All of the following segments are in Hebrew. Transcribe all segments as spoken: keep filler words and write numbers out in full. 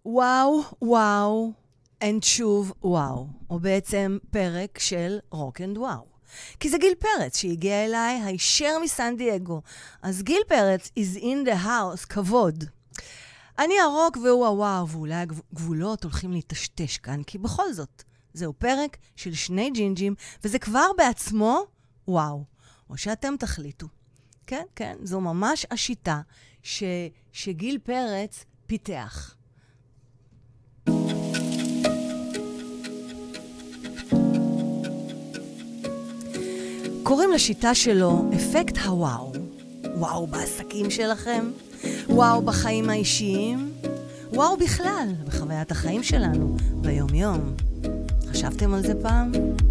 וואו, וואו, and שוב וואו, או בעצם פרק של רוק אנד וואו. כי זה גיל פרץ שהגיע אליי הישר מסן דייגו. אז גיל פרץ is in the house, כבוד. אני הרוק והוא הוואו, ואולי הגבולות הולכים להתשתש כאן, כי בכל זאת, זהו פרק של שני ג'ינג'ים, וזה כבר בעצמו וואו. או שאתם תחליטו. כן, כן, זו ממש השיטה ש, שגיל פרץ פיתח. קוראים לשיטה שלו אפקט הוואו. וואו בעסקים שלכם, וואו בחיים האישיים, וואו בכלל, בחוויית החיים שלנו, ביום יום. חשבתם על זה פעם?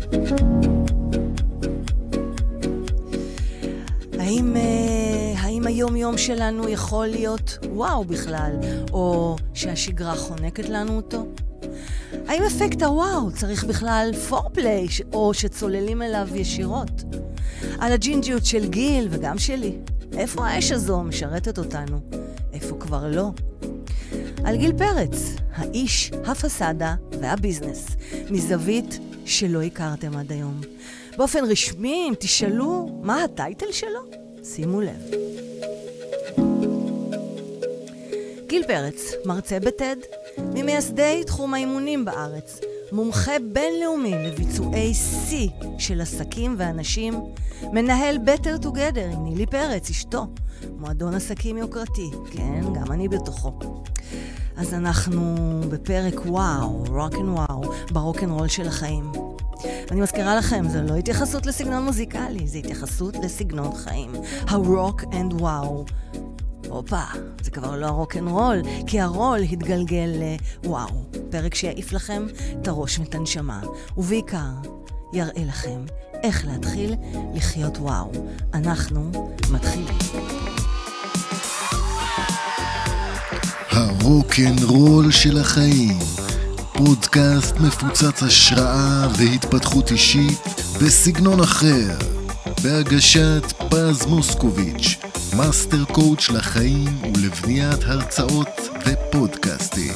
האם, האם היום יום שלנו יכול להיות וואו בכלל, או שהשגרה חונקת לנו אותו? האם אפקט הוואו צריך בכלל פורפליי, או שצוללים אליו ישירות? על הג'ינג'יות של גיל וגם שלי. איפה האש הזו משרתת אותנו? איפה כבר לא? על גיל פרץ, האיש, הפסדה והביזנס, מזווית שלא הכרתם עד היום. באופן רשמי, אם תשאלו מה הטייטל שלו, שימו לב. גיל פרץ, מרצה בטד, ממייסדי תחום האימונים בארץ, מומחה בינלאומי לביצועי C של עסקים ואנשים, מנהל Better Together עם נילי פרץ, אשתו, מועדון עסקים יוקרתי, כן, גם אני בתוכו. אז אנחנו בפרק וואו, רוק אנד וואו, ברוק אנד רול של החיים. אני מזכירה לכם, זו לא התייחסות לסגנון מוזיקלי, זו התייחסות לסגנון חיים. הרוק אנד וואו. הופה, זה כבר לא הרוק אנד רול, כי הרול התגלגל לוואו. פרק שיעיף לכם את הראש ואת הנשמה, ובעיקר יראה לכם איך להתחיל לחיות וואו. אנחנו מתחילים. הרוק אנד רול של החיים, פודקאסט מפוצץ השראה והתפתחות אישית בסגנון אחר, בהגשת פז מוסקוביץ', מאסטר קואוץ' לחיים ולבניית הרצאות ופודקאסטים.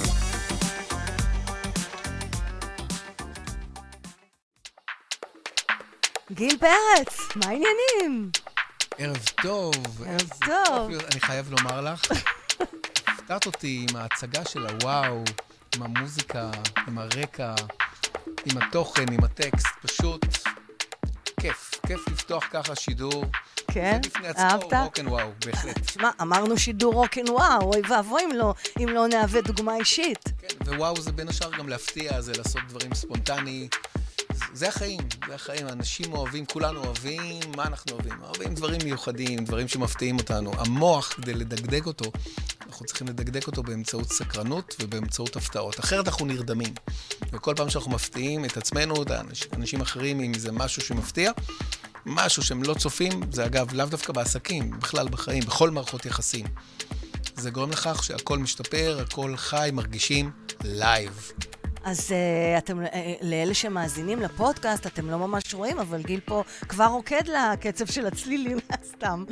גיל פרץ, מה העניינים? ערב טוב. ערב טוב. אני חייב לומר לך, הפתעת אותי עם ההצגה של הוואו, עם המוזיקה, עם הרקע, עם התוכן, עם הטקסט, פשוט כיף, כיף לפתוח ככה שידור. כן, אהבת? רוק אנד וואו, בהחלט. תשמע, אמרנו שידור רוק אנד וואו, אוי ואבוי אם לא, אם לא נהווה דוגמה אישית. כן, ווואו זה בין השאר גם להפתיע, זה לעשות דברים ספונטני. זה החיים, זה החיים, האנשים אוהבים, כולנו אוהבים, מה אנחנו אוהבים? אוהבים דברים מיוחדים, דברים שמפתיעים אותנו. המוח, כדי לדגדג אותו, אנחנו צריכים לדגדג אותו באמצעות סקרנות ובאמצעות הפתעות. אחרת אנחנו נרדמים. וכל פעם שאנחנו מפתיעים את עצמנו, את האנשים אחרים, אם זה משהו שמפתיע, משהו שהם לא צופים, זה אגב לאו דווקא בעסקים, בכלל בחיים, בכל מערכות יחסים. זה גורם לכך שהכל משתפר, הכל חי, מרגישים לייב. אז uh, אתם, uh, לאלה שמאזינים לפודקאסט, אתם לא ממש רואים, אבל גיל פה כבר רוקד לקצב של הצלילים, סתם.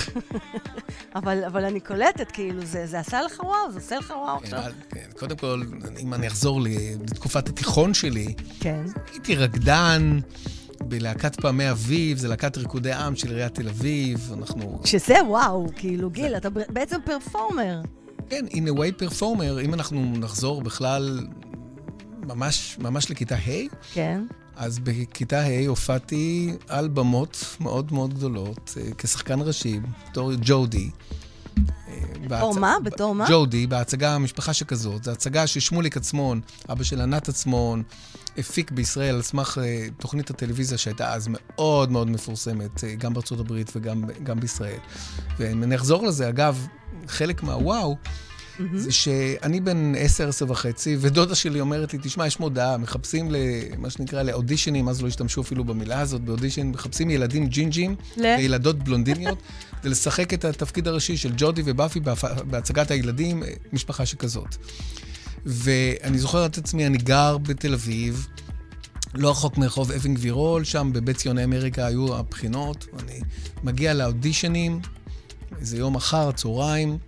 אבל, אבל אני קולטת, כאילו, זה, זה עשה לך וואו, זה עושה לך וואו כן, עכשיו. כן, קודם כל, אם אני אחזור לתקופת התיכון שלי, כן. הייתי רקדן בלהקת פעמי אביב, זה להקת ריקודי עם של עיריית תל אביב, אנחנו... שזה וואו, כאילו, גיל, זה... אתה בעצם פרפורמר. כן, in a way פרפורמר, אם אנחנו נחזור בכלל... ממש, ממש לכיתה ה'. כן. אז בכיתה ה' הופעתי על במות מאוד מאוד גדולות, כשחקן ראשי, בתור ג'ודי. בתור מה? בתור מה? ג'ודי, בהצגה המשפחה שכזאת. זו הצגה ששמוליק עצמון, אבא של ענת עצמון, הפיק בישראל על סמך תוכנית הטלוויזיה שהייתה אז מאוד מאוד מפורסמת, גם בארצות הברית וגם גם בישראל. ואם אני אחזור לזה, אגב, חלק מהוואו, זה שאני בן עשר, עשר וחצי, ודודה שלי אומרת לי, תשמע, יש מודעה, מחפשים למה שנקרא לאודישנים, אז לא השתמשו אפילו במילה הזאת, באודישן, מחפשים ילדים ג'ינג'ים, וילדות בלונדיניות, כדי לשחק את התפקיד הראשי של ג'ודי ובאפי בהצגת הילדים, משפחה שכזאת. ואני זוכר את עצמי, אני גר בתל אביב, לא רחוק מרחוב אבן גבירול, שם בבית ציוני אמריקה היו הבחינות, אני מגיע לאודישנים, איזה יום אחר, צהריים,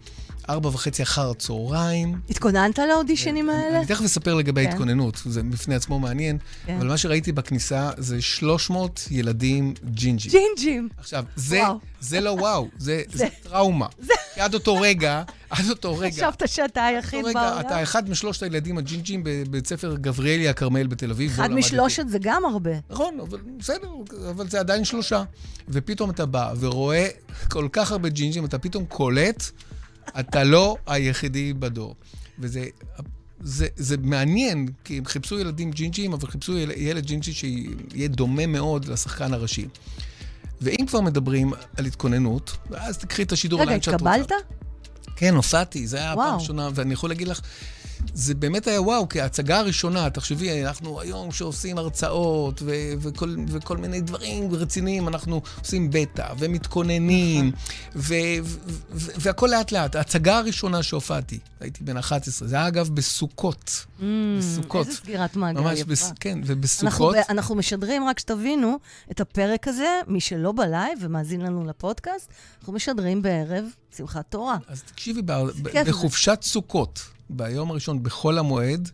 ארבע וחצי אחר הצהריים. התכוננת לאודישנים האלה? אני תכף אספר לגבי התכוננות, זה בפני עצמו מעניין, אבל מה שראיתי בכניסה זה שלוש מאות ילדים ג'ינג'ים. ג'ינג'ים. עכשיו, זה לא וואו, זה טראומה. כי עד אותו רגע, עד אותו רגע... חשבת שאתה היחיד בעולם. אתה אחד משלושת הילדים הג'ינג'ים בבית ספר גבריאלי הכרמל בתל אביב. אחד משלושת זה גם הרבה. נכון, אבל בסדר, אבל זה עדיין שלושה. ופתאום אתה בא ורואה כל כך הרבה ג'ינג'ים, אתה פתאום קולט, אתה לא היחידי בדור. וזה זה, זה מעניין, כי הם חיפשו ילדים ג'ינג'ים, אבל חיפשו ילד ג'ינג'י שיהיה דומה מאוד לשחקן הראשי. ואם כבר מדברים על התכוננות, אז תקחי את השידור רגע, התקבלת? כן, הופעתי, זה היה הפעם ראשונה, ואני יכול להגיד לך, זה באמת היה וואו, כי ההצגה הראשונה, תחשבי, אנחנו היום שעושים הרצאות ו- וכל, וכל מיני דברים רציניים, אנחנו עושים בטא ומתכוננים, ו- ו- ו- והכל לאט לאט. ההצגה הראשונה שהופעתי, הייתי בן אחת עשרה, זה היה אגב בסוכות. Mm, בסוכות. איזה סגירת מעגל ממש יפה. בס- כן, ובסוכות. אנחנו, אנחנו משדרים, רק שתבינו, את הפרק הזה, מי שלא בלייב ומאזין לנו לפודקאסט, אנחנו משדרים בערב שמחת תורה. אז תקשיבי, בחופשת סוכות, ביום הראשון, בחול המועד,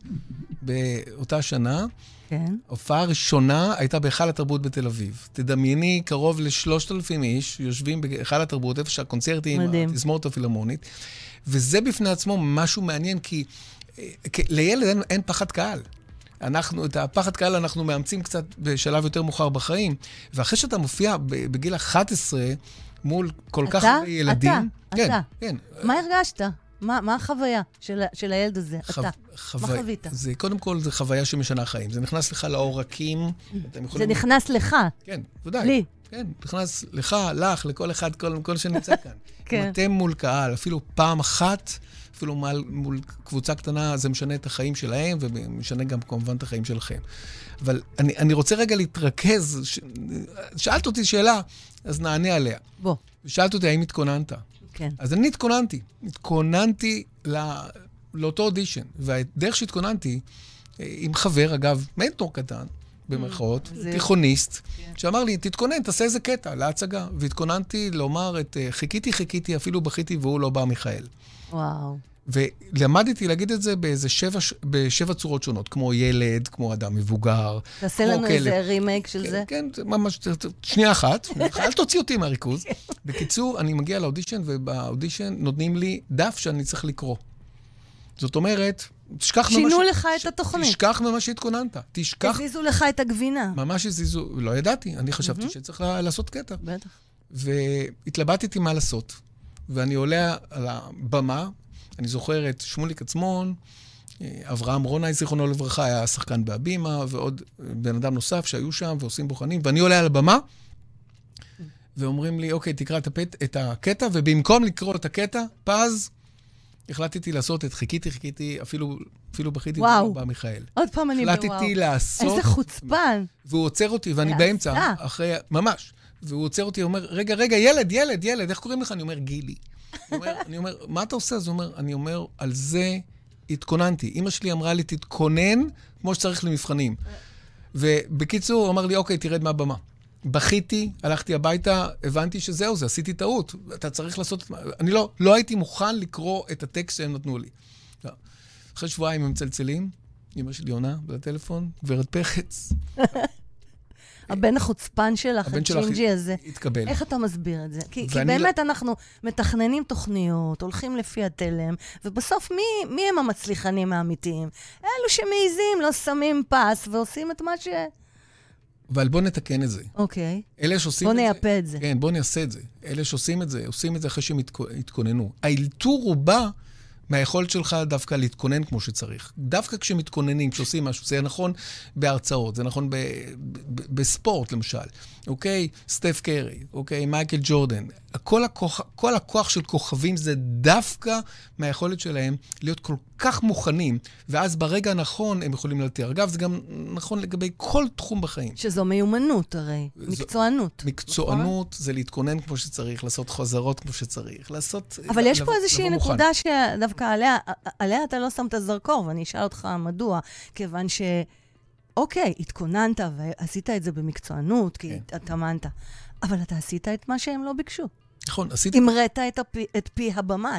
באותה שנה, כן. הופעה הראשונה הייתה בהיכל התרבות בתל אביב. תדמייני קרוב לשלושת אלפים איש, יושבים בהיכל התרבות, איפה שהקונצרטים, התזמורת הפילהרמונית, וזה בפני עצמו משהו מעניין, כי, כי לילד אין, אין פחד קהל. אנחנו, את הפחד קהל אנחנו מאמצים קצת בשלב יותר מאוחר בחיים, ואחרי שאתה מופיע בגיל אחת עשרה, מול כל אתה? כך הרבה ילדים... אתה? כן, אתה? כן. מה הרגשת? מה, מה החוויה של, של הילד הזה? חו... אתה. חו... מה חווית? זה, קודם כל, זה חוויה שמשנה חיים. זה נכנס לך לעורקים. יכולים... זה נכנס לך. כן, ודאי. לי. כן, נכנס לך, לך, לכל אחד, כל, כל שנמצא כאן. כן. אם אתם מול קהל, אפילו פעם אחת, אפילו מול, מול קבוצה קטנה, זה משנה את החיים שלהם, ומשנה גם כמובן את החיים שלכם. אבל אני, אני רוצה רגע להתרכז. ש... שאלת אותי שאלה, אז נענה עליה. בוא. ושאלת אותי, האם התכוננת? כן. אז אני התכוננתי. התכוננתי לא, לאותו אודישן. והדרך שהתכוננתי, עם חבר, אגב, מנטור קטן, במרכאות, זה... תיכוניסט, כן. שאמר לי, תתכונן, תעשה איזה קטע להצגה. והתכוננתי לומר את חיכיתי, חיכיתי, אפילו בכיתי, והוא לא בא מיכאל. וואו. ולמדתי להגיד את זה באיזה שבע, בשבע צורות שונות, כמו ילד, כמו אדם מבוגר. תעשה לנו כלב. איזה רימייק של כן, זה. כן, ממש, שנייה אחת, אל תוציא אותי מהריכוז. בקיצור, אני מגיע לאודישן, ובאודישן נותנים לי דף שאני צריך לקרוא. זאת אומרת, תשכח ממה... שינו לך את התוכנית. תשכח ממה שהתכוננת. תשכח... הזיזו לך את הגבינה. ממש הזיזו, לא ידעתי, אני חשבתי שצריך לעשות קטע. בטח. והתלבטתי מה לעשות. ואני עולה על הבמה, אני זוכר את שמוליק עצמון, אברהם רונאי, זיכרונו לברכה, היה שחקן בהבימה, ועוד בן אדם נוסף שהיו שם ועושים בוחנים, ואני עולה על הבמה, ואומרים לי, אוקיי, תקרא את, הפת, את הקטע, ובמקום לקרוא את הקטע, פז, החלטתי לעשות את חיכיתי, חיכיתי, אפילו, אפילו בכיתי, וואו. בא מיכאל. עוד פעם אני בוואו. החלטתי לעשות... איזה חוצפן. והוא עוצר אותי, ואני באמצע, אחרי, ממש, והוא עוצר אותי, אומר, רגע, רגע, ילד, ילד, ילד, איך קוראים לך? אני אומר, גילי. אני אומר, אני אומר, מה אתה עושה? אז הוא אומר, אני אומר, על זה התכוננתי. אמא שלי אמרה לי, תתכונן כמו שצריך למבחנים. ובקיצור, הוא אמר לי, אוקיי, תרד מהבמה. בכיתי, הלכתי הביתה, הבנתי שזהו, זה, עשיתי טעות. אתה צריך לעשות... אני לא, לא הייתי מוכן לקרוא את הטקסט שהם נתנו לי. אחרי שבועיים הם מצלצלים, אמא שלי עונה בטלפון, גברת פחץ. הבן החוצפן שלך, הג'ינג'י הזה. התקבל. איך אתה מסביר את זה? כי, כי באמת לא... אנחנו מתכננים תוכניות, הולכים לפי התלם, ובסוף מי, מי הם המצליחנים האמיתיים? אלו שמעיזים, לא שמים פס, ועושים את מה ש... אבל בוא נתקן את זה. אוקיי. אלה שעושים את זה... זה... בוא נייפה את זה. כן, בוא נעשה את זה. אלה שעושים את זה, עושים את זה אחרי שהם התכוננו. האלתור הוא בא מהיכולת שלך דווקא להתכונן כמו שצריך. דווקא כשמתכוננים, כשעושים משהו, זה נכון בהרצאות, זה נכון ב- ב- בספורט למשל, אוקיי? סטף קרי, אוקיי? מייקל ג'ורדן. כל הכוח, כל הכוח של כוכבים זה דווקא מהיכולת שלהם להיות כל כך מוכנים, ואז ברגע הנכון הם יכולים לתאר. אגב, זה גם נכון לגבי כל תחום בחיים. שזו מיומנות הרי, מקצוענות. מקצוענות זה להתכונן כמו שצריך, לעשות חזרות כמו שצריך, לעשות... אבל יש פה איזושהי נקודה שדווקא עליה, עליה אתה לא שם את הזרקור, ואני אשאל אותך מדוע, כיוון ש... אוקיי, התכוננת ועשית את זה במקצוענות, כי התאמנת, אבל אתה עשית את מה שהם לא ביקשו. נכון, עשיתי... המראת את, הפי, את פי הבמאי.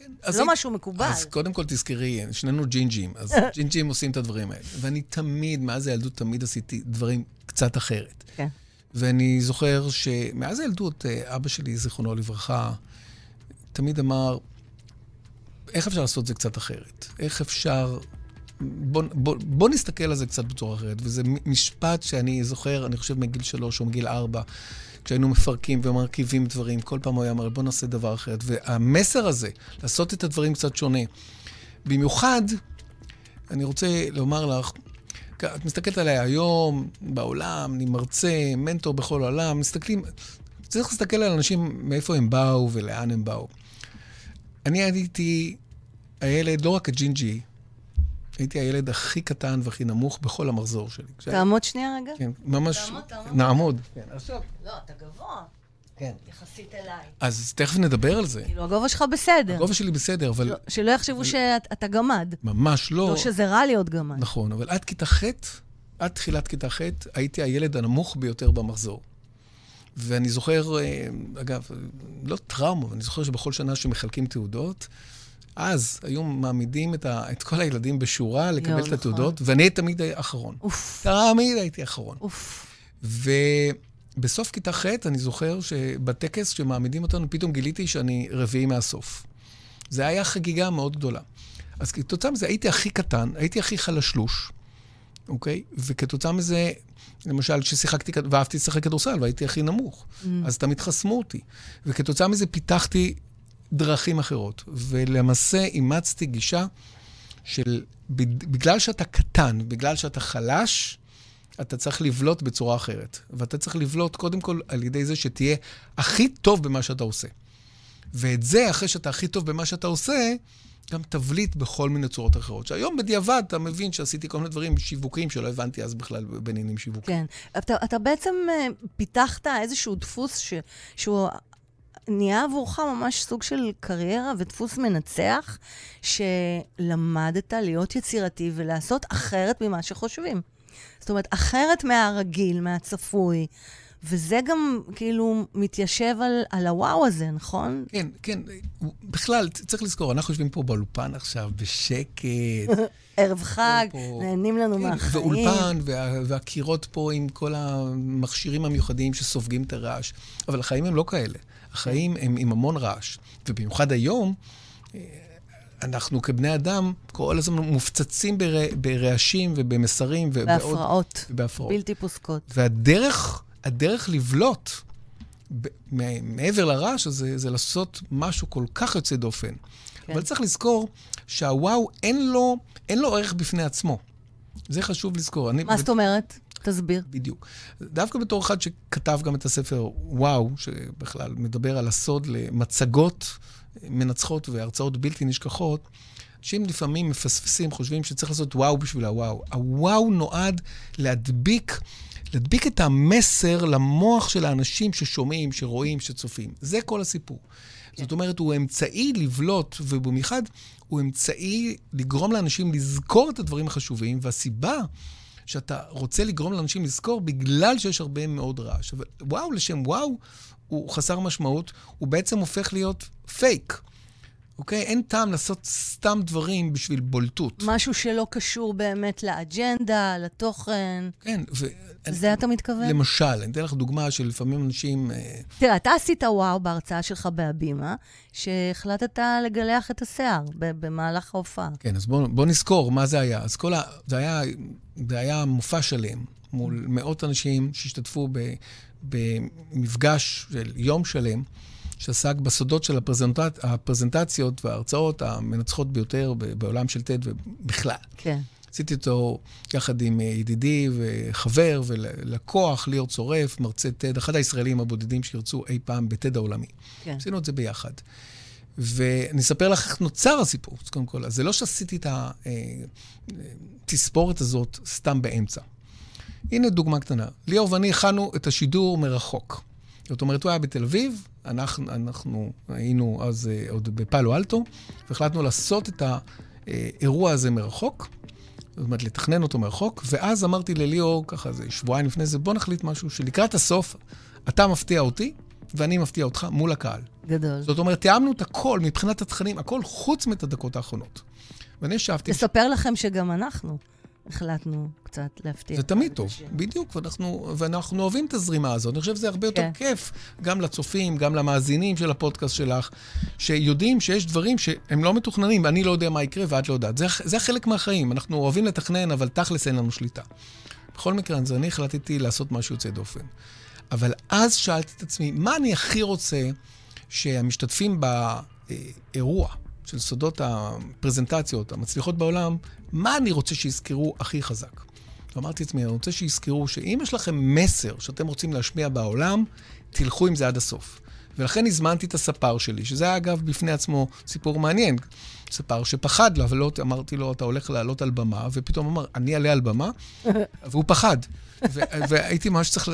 זה לא משהו מקובל. אז קודם כל תזכרי, שנינו ג'ינג'ים, אז ג'ינג'ים עושים את הדברים האלה. ואני תמיד, מאז הילדות, תמיד עשיתי דברים קצת אחרת. כן. ואני זוכר שמאז הילדות, אבא שלי, זיכרונו לברכה, תמיד אמר, איך אפשר לעשות זה קצת אחרת? איך אפשר... בוא, בוא, בוא נסתכל על זה קצת בצורה אחרת. וזה משפט שאני זוכר, אני חושב מגיל שלוש או מגיל ארבע, כשהיינו מפרקים ומרכיבים דברים, כל פעם הוא היה אמר, בוא נעשה דבר אחרת. והמסר הזה, לעשות את הדברים קצת שונה. במיוחד, אני רוצה לומר לך, את מסתכלת עליי היום, בעולם, אני מרצה, מנטור בכל העולם, מסתכלים, צריך להסתכל על אנשים מאיפה הם באו ולאן הם באו. אני הייתי הילד, לא רק הג'ינג'י, הייתי הילד הכי קטן והכי נמוך בכל המחזור שלי. תעמוד שנייה רגע? כן, ממש... תעמוד, תעמוד. נעמוד. כן, עכשיו. לא, אתה גבוה. כן. יחסית אליי. אז תכף נדבר על זה. כאילו, הגובה שלך בסדר. הגובה שלי בסדר, אבל... לא, שלא יחשבו שאתה גמד. ממש לא. לא שזה רע להיות גמד. נכון, אבל עד כיתה ח', עד תחילת כיתה ח', הייתי הילד הנמוך ביותר במחזור. ואני זוכר, אגב, לא טראומה, אבל אני זוכר שבכל שנה שמחלקים תעודות, אז היו מעמידים את, ה, את כל הילדים בשורה לקבל יו, את התעודות, נכון. ואני תמיד אחרון. אוף. תמיד הייתי אחרון. אוף. ובסוף כיתה ח' אני זוכר שבטקס שמעמידים אותנו, פתאום גיליתי שאני רביעי מהסוף. זה היה חגיגה מאוד גדולה. אז כתוצאה מזה הייתי הכי קטן, הייתי הכי חלשלוש, אוקיי? וכתוצאה מזה, למשל, ששיחקתי, ואהבתי לשחק כדורסל, והייתי הכי נמוך. Mm. אז תמיד חסמו אותי. וכתוצאה מזה פיתחתי דרכים אחרות. ולמעשה אימצתי גישה של, בגלל שאתה קטן, בגלל שאתה חלש, אתה צריך לבלוט בצורה אחרת. ואתה צריך לבלוט קודם כל על ידי זה שתהיה הכי טוב במה שאתה עושה. ואת זה, אחרי שאתה הכי טוב במה שאתה עושה, גם תבליט בכל מיני צורות אחרות. שהיום בדיעבד אתה מבין שעשיתי כל מיני דברים שיווקיים שלא הבנתי אז בכלל בעניינים שיווקיים. כן. אתה, אתה בעצם פיתחת איזשהו דפוס ש, שהוא נהיה עבורך ממש סוג של קריירה ודפוס מנצח, שלמדת להיות יצירתי ולעשות אחרת ממה שחושבים. זאת אומרת, אחרת מהרגיל, מהצפוי. וזה גם כאילו מתיישב על, על הוואו הזה, נכון? כן, כן. בכלל, צריך לזכור, אנחנו יושבים פה באולפן עכשיו, בשקט. ערב חג, נהנים לנו מהחיים. ואולפן, וה, והקירות פה עם כל המכשירים המיוחדים שסופגים את הרעש. אבל החיים הם לא כאלה. החיים הם עם המון רעש. ובמיוחד היום, אנחנו כבני אדם, כל הזמן מופצצים ברעשים ובמסרים. בהפרעות. ובהפרעות. בלתי פוסקות. והדרך... הדרך לבלוט מעבר לרעש הזה, זה לעשות משהו כל כך יוצא דופן. כן. אבל צריך לזכור שהוואו אין לו, אין לו ערך בפני עצמו. זה חשוב לזכור. מה אני, זאת אומרת? תסביר. בדיוק. דווקא בתור אחד שכתב גם את הספר וואו, שבכלל מדבר על הסוד למצגות מנצחות והרצאות בלתי נשכחות, אנשים לפעמים מפספסים, חושבים שצריך לעשות וואו בשביל הוואו. הוואו נועד להדביק להדביק את המסר למוח של האנשים ששומעים, שרואים, שצופים. זה כל הסיפור. כן. זאת אומרת, הוא אמצעי לבלוט, ובמיוחד הוא אמצעי לגרום לאנשים לזכור את הדברים החשובים, והסיבה שאתה רוצה לגרום לאנשים לזכור, בגלל שיש הרבה מאוד רעש. אבל וואו לשם וואו הוא חסר משמעות, הוא בעצם הופך להיות פייק. אוקיי? אין טעם לעשות סתם דברים בשביל בולטות. משהו שלא קשור באמת לאג'נדה, לתוכן. כן, ו... זה אתה מתכוון? למשל, אני אתן לך דוגמה שלפעמים אנשים... תראה, אתה עשית וואו בהרצאה שלך בהבימה, שהחלטת לגלח את השיער במהלך ההופעה. כן, אז בוא, בוא נזכור מה זה היה. אז כל ה... זה היה, זה היה מופע שלם, מול מאות אנשים שהשתתפו ב... במפגש של יום שלם, שעסק בסודות של הפרזנט... הפרזנטציות וההרצאות המנצחות ביותר בעולם של טד ובכלל. כן. עשיתי אותו יחד עם ידידי וחבר ולקוח, ליאור צורף, מרצה טד, אחד הישראלים הבודדים שירצו אי פעם בטד העולמי. כן. עשינו את זה ביחד. ואני אספר לך איך נוצר הסיפור, קודם כל. אז זה לא שעשיתי את התספורת הזאת סתם באמצע. הנה דוגמה קטנה. ליאור ואני הכנו את השידור מרחוק. זאת אומרת, הוא היה בתל אביב, אנחנו, אנחנו היינו אז עוד בפאלו אלטו, והחלטנו לעשות את האירוע הזה מרחוק, זאת אומרת, לתכנן אותו מרחוק, ואז אמרתי לליאור, ככה זה שבועיים לפני זה, בוא נחליט משהו שלקראת הסוף, אתה מפתיע אותי, ואני מפתיע אותך מול הקהל. גדול. זאת אומרת, תיאמנו את הכל מבחינת התכנים, הכל חוץ מאת הדקות האחרונות. ואני ישבתי... תספר לכם שגם אנחנו החלטנו קצת להפתיע. זה תמיד טוב, בדיוק, ואנחנו, ואנחנו אוהבים את הזרימה הזאת. אני חושב שזה הרבה יותר כיף, גם לצופים, גם למאזינים של הפודקאסט שלך, שיודעים שיש דברים שהם לא מתוכננים, ואני לא יודע מה יקרה ואת לא יודעת. זה, זה חלק מהחיים. אנחנו אוהבים לתכנן, אבל תכלס אין לנו שליטה. בכל מקרה, אז אני החלטתי לעשות משהו יוצא דופן. אבל אז שאלתי את עצמי, מה אני הכי רוצה שהמשתתפים באירוע של סודות הפרזנטציות המצליחות בעולם, מה אני רוצה שיזכרו הכי חזק? ואמרתי לעצמי, אני רוצה שיזכרו שאם יש לכם מסר שאתם רוצים להשמיע בעולם, תלכו עם זה עד הסוף. ולכן הזמנתי את הספר שלי, שזה היה אגב בפני עצמו סיפור מעניין. ספר שפחד לו, אבל לא, אמרתי לו, אתה הולך לעלות על במה, ופתאום אמר, אני אעלה על במה, והוא פחד. והייתי ממש צריך,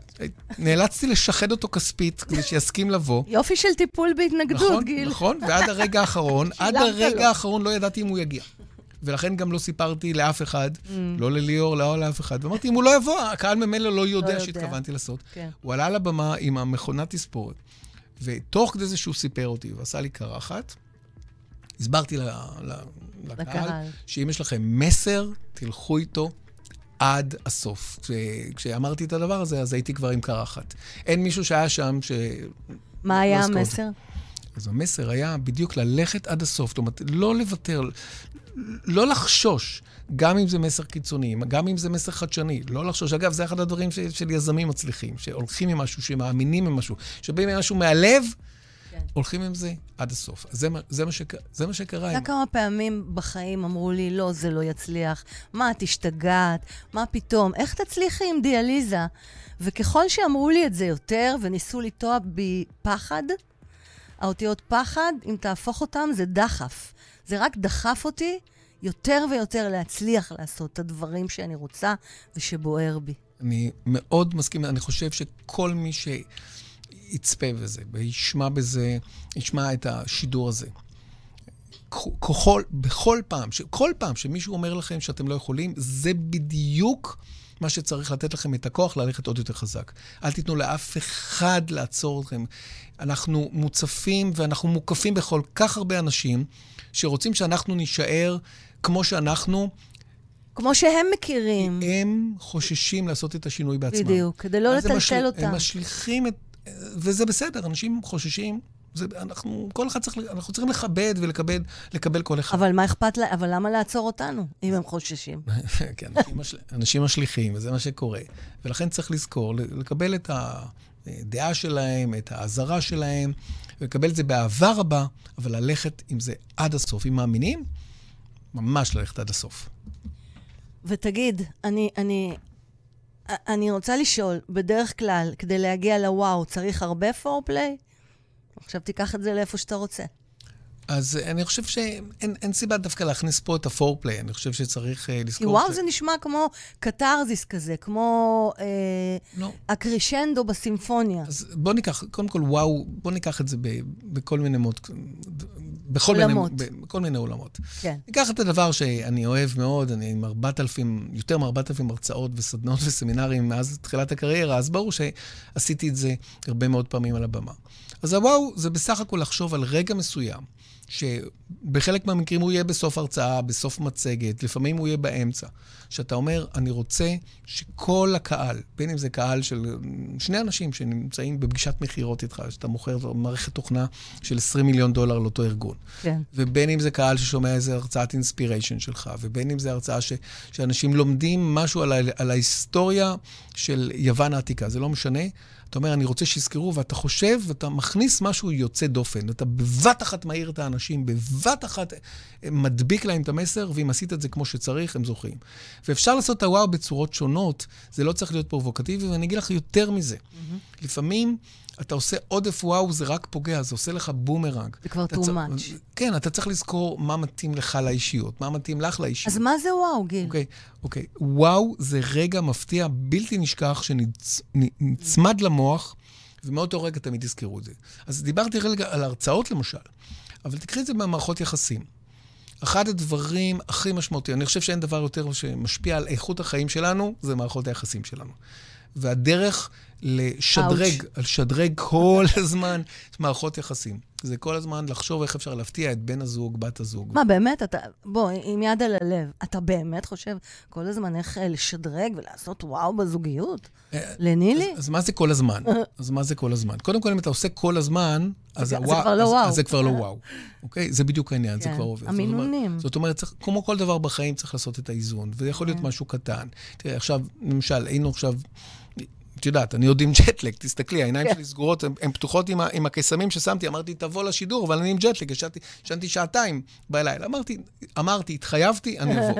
נאלצתי לשחד אותו כספית, כדי שיסכים לבוא. יופי של טיפול בהתנגדות, גיל. נכון, ועד הרגע האחרון, עד הרגע האחרון לא ידעתי אם הוא יגיע. ולכן גם לא סיפרתי לאף אחד, לא לליאור, לא לאף אחד. ואמרתי, אם הוא לא יבוא, הקהל ממילא לא יודע שהתכוונתי לעשות. הוא עלה לבמה עם המכונת תספורת, ותוך כדי זה שהוא סיפר אותי, ועשה לי קרחת, הסברתי לקהל, שאם יש לכם מסר, תלכו איתו עד הסוף. כשאמרתי את הדבר הזה, אז הייתי כבר עם קרחת. אין מישהו שהיה שם ש... מה היה המסר? אז המסר היה בדיוק ללכת עד הסוף. זאת אומרת, לא לוותר, לא לחשוש, גם אם זה מסר קיצוני, גם אם זה מסר חדשני, לא לחשוש. אגב, זה אחד הדברים של, של יזמים מצליחים, שהולכים עם משהו, שמאמינים עם משהו, שבאים עם משהו מהלב, כן. הולכים עם זה עד הסוף. זה, זה, מה, שק, זה מה שקרה. היה כמה פעמים בחיים אמרו לי, לא, זה לא יצליח. מה, תשתגעת? מה פתאום? איך תצליחי עם דיאליזה? וככל שאמרו לי את זה יותר, וניסו לטוע בי פחד, האותיות פחד, אם תהפוך אותם, זה דחף. זה רק דחף אותי יותר ויותר להצליח לעשות את הדברים שאני רוצה ושבוער בי. אני מאוד מסכים, אני חושב שכל מי שיצפה בזה, וישמע בזה, ישמע את השידור הזה. ככל, בכל פעם, כל פעם שמישהו אומר לכם שאתם לא יכולים, זה בדיוק מה שצריך לתת לכם את הכוח ללכת עוד יותר חזק. אל תיתנו לאף אחד לעצור אתכם. אנחנו מוצפים ואנחנו מוקפים בכל כך הרבה אנשים שרוצים שאנחנו נישאר כמו שאנחנו. כמו שהם מכירים. הם חוששים לעשות את השינוי בעצמם. בדיוק, כדי לא לטלטל משל... אותם. הם משליכים את... וזה בסדר, אנשים חוששים. זה, אנחנו, כל אחד צריך, אנחנו צריכים לכבד ולקבל, לקבל כל אחד. אבל מה אכפת לה, אבל למה לעצור אותנו, אם הם חוששים? כן, אנשים, משל, אנשים משליחים, וזה מה שקורה. ולכן צריך לזכור, לקבל את הדעה שלהם, את העזרה שלהם, ולקבל את זה באהבה רבה, אבל ללכת עם זה עד הסוף. אם מאמינים, ממש ללכת עד הסוף. ותגיד, אני, אני, אני רוצה לשאול, בדרך כלל, כדי להגיע לוואו, צריך הרבה פורפליי? עכשיו תיקח את זה לאיפה שאתה רוצה. אז אני חושב שאין אין סיבה דווקא להכניס פה את הפורפליי. אני חושב שצריך uh, לזכור... כי וואו, ש... זה נשמע כמו קטרזיס כזה, כמו uh, לא. הקרישנדו בסימפוניה. אז בוא ניקח, קודם כל, וואו, בוא ניקח את זה ב, בכל מיני מות... בכל עולמות. מיני, בכל מיני עולמות. כן. ניקח את הדבר שאני אוהב מאוד, אני עם ארבעת אלפים, יותר מארבעת אלפים הרצאות וסדנות וסמינרים מאז תחילת הקריירה, אז ברור שעשיתי את זה הרבה מאוד פעמים על הבמה. אז הוואו, זה בסך הכל לחשוב על רגע מסוים, שבחלק מהמקרים הוא יהיה בסוף הרצאה, בסוף מצגת, לפעמים הוא יהיה באמצע. שאתה אומר, אני רוצה שכל הקהל, בין אם זה קהל של שני אנשים שנמצאים בפגישת מחירות איתך, שאתה מוכר מערכת תוכנה של עשרים מיליון דולר לאותו ארגון. כן. ובין אם זה קהל ששומע איזה הרצאת אינספיריישן שלך, ובין אם זה הרצאה ש, שאנשים לומדים משהו על, ה, על ההיסטוריה של יוון העתיקה. זה לא משנה. אתה אומר, אני רוצה שיזכרו, ואתה חושב, ואתה מכניס משהו יוצא דופן. אתה בבת אחת מהיר את האנשים, בבת אחת מדביק להם את המסר, ואם עשית את זה כמו שצריך, הם זוכרים. ואפשר לעשות את הוואו בצורות שונות, זה לא צריך להיות פרובוקטיבי, ואני אגיד לך יותר מזה. Mm-hmm. לפעמים אתה עושה עודף וואו, זה רק פוגע, זה עושה לך בומרנג. זה כבר too צ... much. כן, אתה צריך לזכור מה מתאים לך לאישיות, מה מתאים לך לאישיות. אז מה זה וואו, גיל? אוקיי, אוקיי. וואו זה רגע מפתיע, בלתי נשכח, שנצמד למוח, ומאותו רגע תמיד תזכרו את זה. אז דיברתי רגע על הרצאות למשל, אבל תקחי את זה במערכות יחסים. אחד הדברים הכי משמעותיים, אני חושב שאין דבר יותר שמשפיע על איכות החיים שלנו, זה מערכות היחסים שלנו. והדרך לשדרג, לשדרג כל הזמן מערכות יחסים. זה כל הזמן לחשוב איך אפשר להפתיע את בן הזוג, בת הזוג. מה, באמת? אתה, בוא, עם יד על הלב, אתה באמת חושב כל הזמן איך לשדרג ולעשות וואו בזוגיות? לנילי? אז, אז מה זה כל הזמן? אז מה זה כל הזמן? קודם כל, אם אתה עושה כל הזמן, אז זה, הוואו, זה כבר לא אז, וואו. אז זה כבר לא וואו. אוקיי? זה בדיוק העניין, כן. זה כבר עובד. המינונים. זאת אומרת, צריך, כמו כל דבר בחיים, צריך לעשות את האיזון, וזה יכול להיות משהו קטן. תראה, עכשיו, למשל, היינו עכשיו... את יודעת, אני עוד עם ג'טלג, תסתכלי, העיניים שלי סגורות, הן פתוחות עם, עם הקסמים ששמתי, אמרתי, תבוא לשידור, אבל אני עם ג'טלג, ישנתי שעתיים בלילה. אמרתי, אמרתי, התחייבתי, אני אבוא.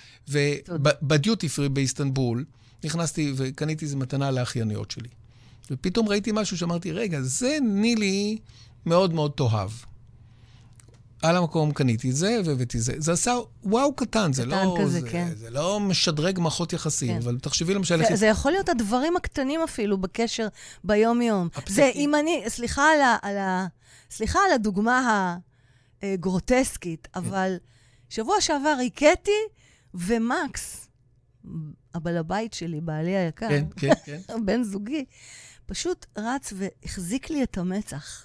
ובדיוטי פרי באיסטנבול, נכנסתי וקניתי איזו מתנה לאחייניות שלי. ופתאום ראיתי משהו שאמרתי, רגע, זה נילי מאוד מאוד תאהב. על המקום קניתי את זה, והבאתי זה. זה עשה וואו קטן, זה לא... כזה, זה, כן. זה לא משדרג מערכות יחסים, כן. אבל תחשבי למשל... זה, זה יכול להיות הדברים הקטנים אפילו בקשר ביום-יום. זה אם אני... סליחה על ה... על ה סליחה על הדוגמה הגרוטסקית, אבל שבוע שעבר ריקטי, ומקס, הבעל הבית שלי, בעלי היקר, כן, כן, כן. בן זוגי, פשוט רץ והחזיק לי את המצח,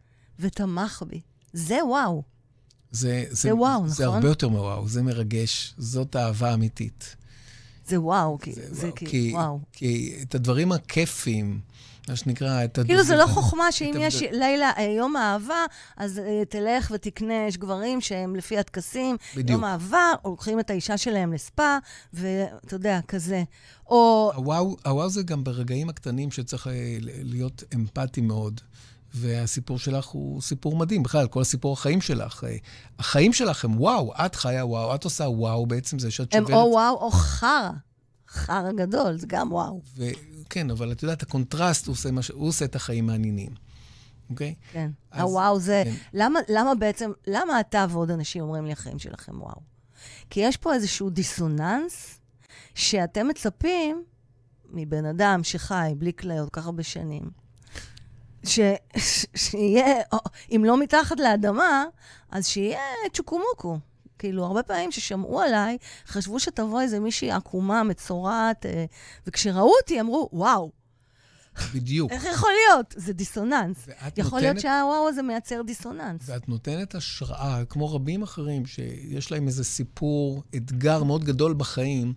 ותמך בי. זה וואו. זה, זה, זה וואו, נכון? זה הרבה יותר מוואו, זה מרגש, זאת אהבה אמיתית. זה וואו, כי, זה, זה וואו, כי, כי, וואו. כי את הדברים הכיפים, מה שנקרא, את כאילו זה את לא את חוכמה שאם את יש לילה, יום אהבה, אז uh, תלך ותקנה, יש גברים שהם לפי הטקסים, בדיוק. יום אהבה, או לוקחים את האישה שלהם לספה, ואתה יודע, כזה. או... הוואו, הוואו זה גם ברגעים הקטנים שצריך להיות אמפתי מאוד. והסיפור שלך הוא סיפור מדהים. בכלל, כל הסיפור החיים שלך. החיים שלך הם וואו, את חיה וואו, את עושה וואו בעצם זה שאת שוברת. הם או וואו או חרה. חרה גדול, זה גם וואו. כן, אבל את יודעת, הקונטרסט הוא עושה, מש... הוא עושה את החיים מעניינים. אוקיי? כן. אז, הוואו זה... כן. למה, למה בעצם, למה אתה ועוד אנשים אומרים לי החיים שלכם וואו? כי יש פה איזשהו דיסוננס שאתם מצפים מבן אדם שחי בלי כליות כל כך הרבה שנים, ש... שיהיה, אם לא מתחת לאדמה, אז שיהיה צ'וקומוקו. כאילו, הרבה פעמים ששמעו עליי, חשבו שתבוא איזה מישהי עקומה, מצורעת, וכשראו אותי, אמרו, וואו. בדיוק. איך יכול להיות? זה דיסוננס. יכול נותנת... להיות שהוואו הזה מייצר דיסוננס. ואת נותנת השראה, כמו רבים אחרים, שיש להם איזה סיפור, אתגר מאוד גדול בחיים,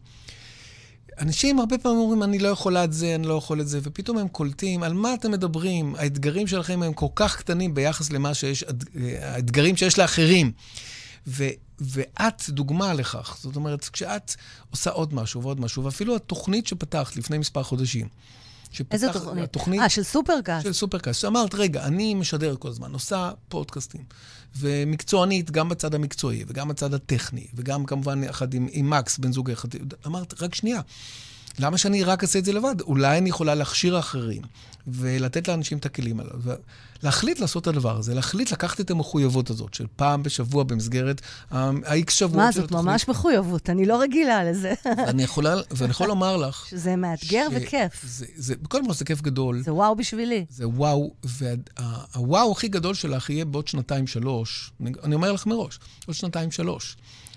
אנשים הרבה פעמים אומרים, אני לא יכולה את זה, אני לא יכול את זה, ופתאום הם קולטים, על מה אתם מדברים? האתגרים שלכם הם כל כך קטנים ביחס למה שיש, האתגרים שיש לאחרים. ו, ואת דוגמה לכך. זאת אומרת, כשאת עושה עוד משהו ועוד משהו, ואפילו התוכנית שפתחת לפני מספר חודשים, איזה תוכנית? התוכנית? אה, של סופרקאסט. של סופרקאסט. שאמרת, רגע, אני משדר כל הזמן, עושה פודקאסטים, ומקצוענית, גם בצד המקצועי, וגם בצד הטכני, וגם כמובן יחד עם, עם מקס, בן זוג אחד. אמרת, רק שנייה, למה שאני רק אעשה את זה לבד? אולי אני יכולה להכשיר אחרים, ולתת לאנשים את הכלים עליו. להחליט לעשות את הדבר הזה, להחליט לקחת את המחויבות הזאת, של פעם בשבוע במסגרת ה-X שבועות מה, זאת ממש מחויבות, אני לא רגילה לזה. ואני יכולה, ואני יכול לומר לך... שזה מאתגר וכיף. זה, זה, קודם כל זה כיף גדול. זה וואו בשבילי. זה וואו, והוואו הכי גדול שלך יהיה בעוד שנתיים שלוש, אני אומר לך מראש, עוד שנתיים שלוש,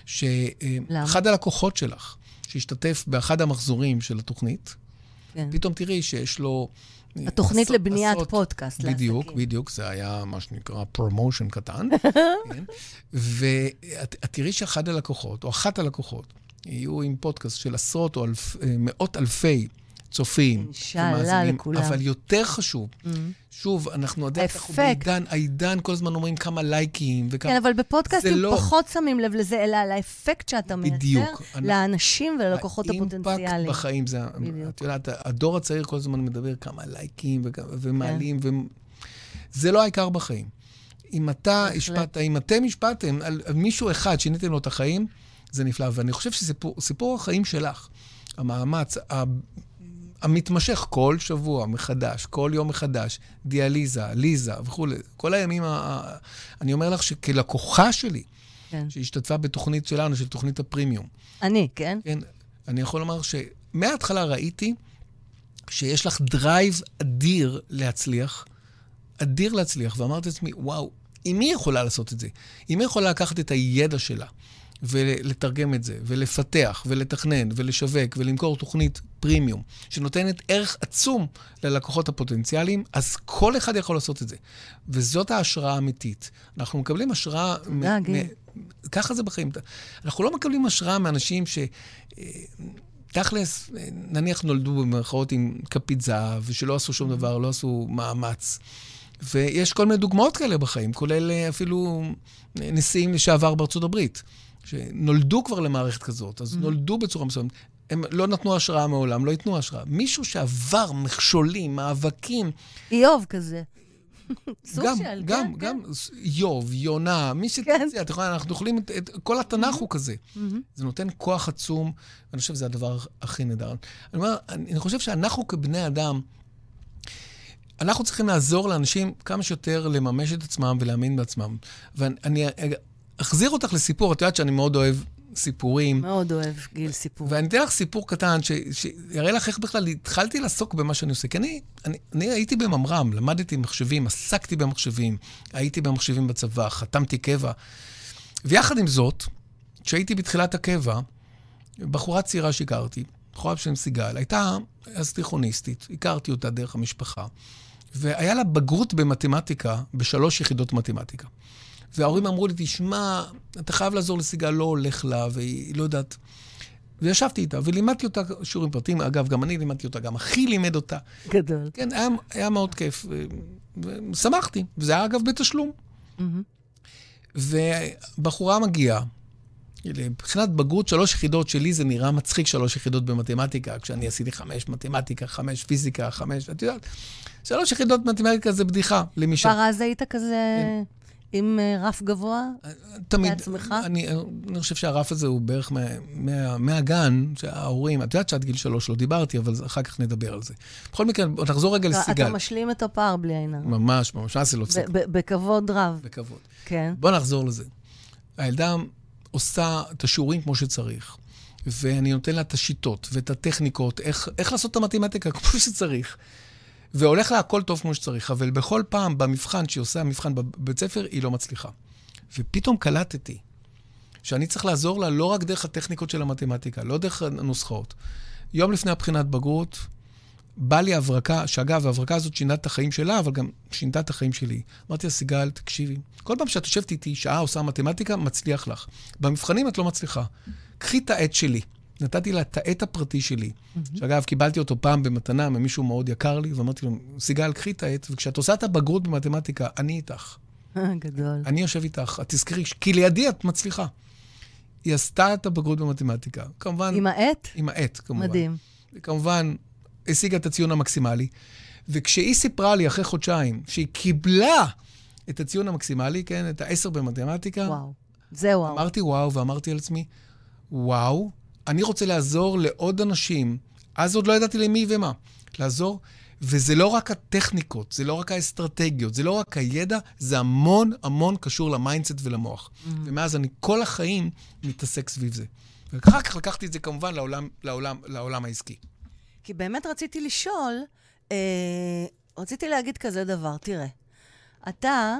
שאחד הלקוחות שלך, שהשתתף באחד המחזורים של התוכנית, כן. פתאום תראי שיש לו... התוכנית עשות, לבניית עשות, פודקאסט. בדיוק, לעסקים. בדיוק, זה היה מה שנקרא פרומושן קטן. כן? ואת תראי שאחד הלקוחות, או אחת הלקוחות, יהיו עם פודקאסט של עשרות או אלף, מאות אלפי צופים. אינשאללה לכולם. אבל יותר חשוב, mm-hmm. שוב, אנחנו עדיין, אנחנו בעידן, העידן כל הזמן אומרים כמה לייקים וכמה... כן, אבל בפודקאסטים לא... פחות שמים לב לזה, אלא על האפקט שאתה מייצר לאנשים וללקוחות הפוטנציאליים. האימפקט בחיים זה... את יודעת, הדור הצעיר כל הזמן מדבר כמה לייקים ומעלים, זה לא העיקר בחיים. אם אתה השפעת, אם אתם השפעתם על מישהו אחד שיניתם לו את החיים, זה נפלא. ואני חושב שסיפור החיים שלך, המאמץ, המתמשך כל שבוע מחדש, כל יום מחדש, דיאליזה, ליזה וכו'. כל הימים, אני אומר לך שכלקוחה שלי, כן. שהשתתפה בתוכנית שלנו, של תוכנית הפרימיום. אני, כן? כן. אני יכול לומר שמההתחלה ראיתי שיש לך דרייב אדיר להצליח, אדיר להצליח, ואמרתי לעצמי, וואו, אם היא יכולה לעשות את זה, אם היא יכולה לקחת את הידע שלה, ולתרגם את זה, ולפתח, ולתכנן, ולשווק, ולמכור תוכנית פרימיום, שנותנת ערך עצום ללקוחות הפוטנציאליים, אז כל אחד יכול לעשות את זה. וזאת ההשראה האמיתית. אנחנו מקבלים השראה... תודה, גיל. ככה זה בחיים. אנחנו לא מקבלים השראה מאנשים ש... תכלס, נניח נולדו במרכאות עם כפית זהב, ושלא עשו שום דבר, לא עשו מאמץ. ויש כל מיני דוגמאות כאלה בחיים, כולל אפילו נשיאים לשעבר בארצות הברית, שנולדו כבר למערכת כזאת, אז נולדו בצורה מסוימת. הם לא נתנו השראה מעולם, לא ייתנו השראה. מישהו שעבר מכשולים, מאבקים. איוב כזה. גם, גם, גם, איוב, יונה, מי שתציע, אנחנו יכולים, כל התנ"ך הוא כזה. זה נותן כוח עצום, ואני חושב שזה הדבר הכי נדיר. אני אומר, אני חושב שאנחנו כבני אדם, אנחנו צריכים לעזור לאנשים כמה שיותר לממש את עצמם ולהאמין בעצמם. ואני אחזיר אותך לסיפור, את יודעת שאני מאוד אוהב סיפורים. מאוד אוהב, גיל, סיפור. ואני אתן לך סיפור קטן, שיראה לך איך בכלל התחלתי לעסוק במה שאני עושה. כי אני, אני, אני הייתי בממר"ם, למדתי מחשבים, עסקתי במחשבים, הייתי במחשבים בצבא, חתמתי קבע. ויחד עם זאת, כשהייתי בתחילת הקבע, בחורה צעירה שהכרתי, בחורה בשם סיגל, הייתה אז תיכוניסטית, הכרתי אותה דרך המשפחה, והיה לה בגרות במתמטיקה, בשלוש יחידות מתמטיקה. וההורים אמרו לי, תשמע, אתה חייב לעזור לסיגל, לא הולך לה, והיא לא יודעת. וישבתי איתה, ולימדתי אותה שיעורים פרטיים. אגב, גם אני לימדתי אותה, גם אחי לימד אותה. גדול. כן, היה, היה מאוד כיף. ושמחתי, וזה היה אגב בתשלום. Mm-hmm. ובחורה מגיעה, מבחינת בגרות שלוש יחידות שלי, זה נראה מצחיק שלוש יחידות במתמטיקה, כשאני עשיתי חמש מתמטיקה, חמש פיזיקה, חמש, את יודעת, שלוש יחידות מתמטיקה זה בדיחה למישה. כבר אז היית כזה... עם רף גבוה? תמיד. בעצמך? אני, אני חושב שהרף הזה הוא בערך מה, מה, מהגן, שההורים, את יודעת שעד גיל שלוש לא דיברתי, אבל אחר כך נדבר על זה. בכל מקרה, נחזור רגע לסיגל. אתה משלים את הפער בלי עינה. ממש, ממש, זה לא פסק. בכבוד רב. בכבוד. כן. בוא נחזור לזה. הילדה עושה את השיעורים כמו שצריך, ואני נותן לה את השיטות ואת הטכניקות, איך, איך לעשות את המתמטיקה כמו שצריך. והולך לה הכל טוב כמו שצריך, אבל בכל פעם במבחן שהיא עושה המבחן בבית ספר, היא לא מצליחה. ופתאום קלטתי שאני צריך לעזור לה לא רק דרך הטכניקות של המתמטיקה, לא דרך הנוסחאות. יום לפני הבחינת בגרות, בא לי הברקה, שאגב, ההברקה הזאת שינה את החיים שלה, אבל גם שינתה את החיים שלי. אמרתי לה, סיגל, תקשיבי, כל פעם שאת יושבת איתי, שעה עושה מתמטיקה, מצליח לך. במבחנים את לא מצליחה. קחי את העט שלי. נתתי לה את העט הפרטי שלי, mm-hmm. שאגב, קיבלתי אותו פעם במתנה ממישהו מאוד יקר לי, ואמרתי לו, סיגל, קחי את העט, וכשאת עושה את הבגרות במתמטיקה, אני איתך. גדול. אני יושב איתך, את תזכרי, כי לידי את מצליחה. היא עשתה את הבגרות במתמטיקה. כמובן... עם העט? עם העט, כמובן. מדהים. וכמובן, השיגה את הציון המקסימלי, וכשהיא סיפרה לי אחרי חודשיים, שהיא קיבלה את הציון המקסימלי, כן, את העשר במתמטיקה, וואו. זה וואו. אמרתי וואו, ואמרתי על עצמי, וואו, אני רוצה לעזור לעוד אנשים, אז עוד לא ידעתי למי ומה, לעזור, וזה לא רק הטכניקות, זה לא רק האסטרטגיות, זה לא רק הידע, זה המון המון קשור למיינדסט ולמוח. Mm-hmm. ומאז אני כל החיים מתעסק סביב זה. ואחר כך לקחתי את זה כמובן לעולם, לעולם, לעולם העסקי. כי באמת רציתי לשאול, אה, רציתי להגיד כזה דבר, תראה, אתה,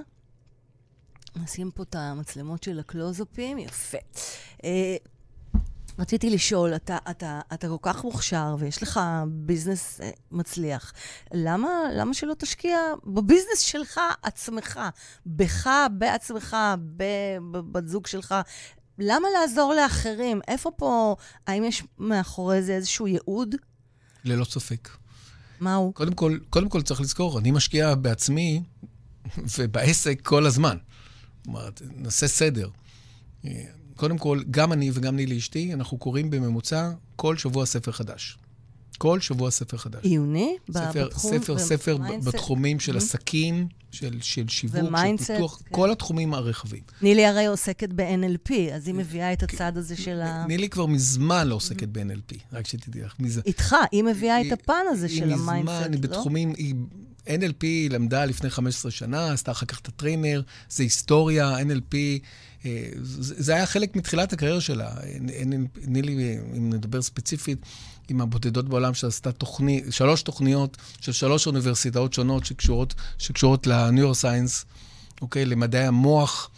נשים פה את המצלמות של הקלוזופים, יפה. אה, רציתי לשאול, אתה, אתה, אתה כל כך מוכשר ויש לך ביזנס אה, מצליח. למה, למה שלא תשקיע בביזנס שלך עצמך, בך, בעצמך, בבת זוג שלך? למה לעזור לאחרים? איפה פה, האם יש מאחורי זה איזשהו ייעוד? ללא ספק. מה הוא? קודם כל, קודם כל צריך לזכור, אני משקיע בעצמי ובעסק כל הזמן. זאת אומרת, נעשה סדר. קודם כל, גם אני וגם אני לאשתי, אנחנו קוראים בממוצע כל שבוע ספר חדש. כל שבוע ספר חדש. עיוני? ספר, ספר, ספר בתחומים של עסקים, של, של שיווק, של פיתוח, כל התחומים הרחבים. נילי הרי עוסקת ב-אן אל פי, אז היא מביאה את הצד הזה של ה... נילי כבר מזמן לא עוסקת ב-אן אל פי, רק שתדעי לך. איתך, היא מביאה את הפן הזה של המיינדסט, לא? היא מזמן, היא בתחומים, אן אל פי היא למדה לפני חמש עשרה שנה, עשתה אחר כך את הטריינר, זה היסטוריה, אן אל פי, זה היה חלק מתחילת הקריירה שלה. נילי, אם נדבר ספציפית, עם הבודדות בעולם שעשתה תוכני, שלוש תוכניות של שלוש אוניברסיטאות שונות שקשורות, שקשורות לניורוסיינס, אוקיי, למדעי המוח,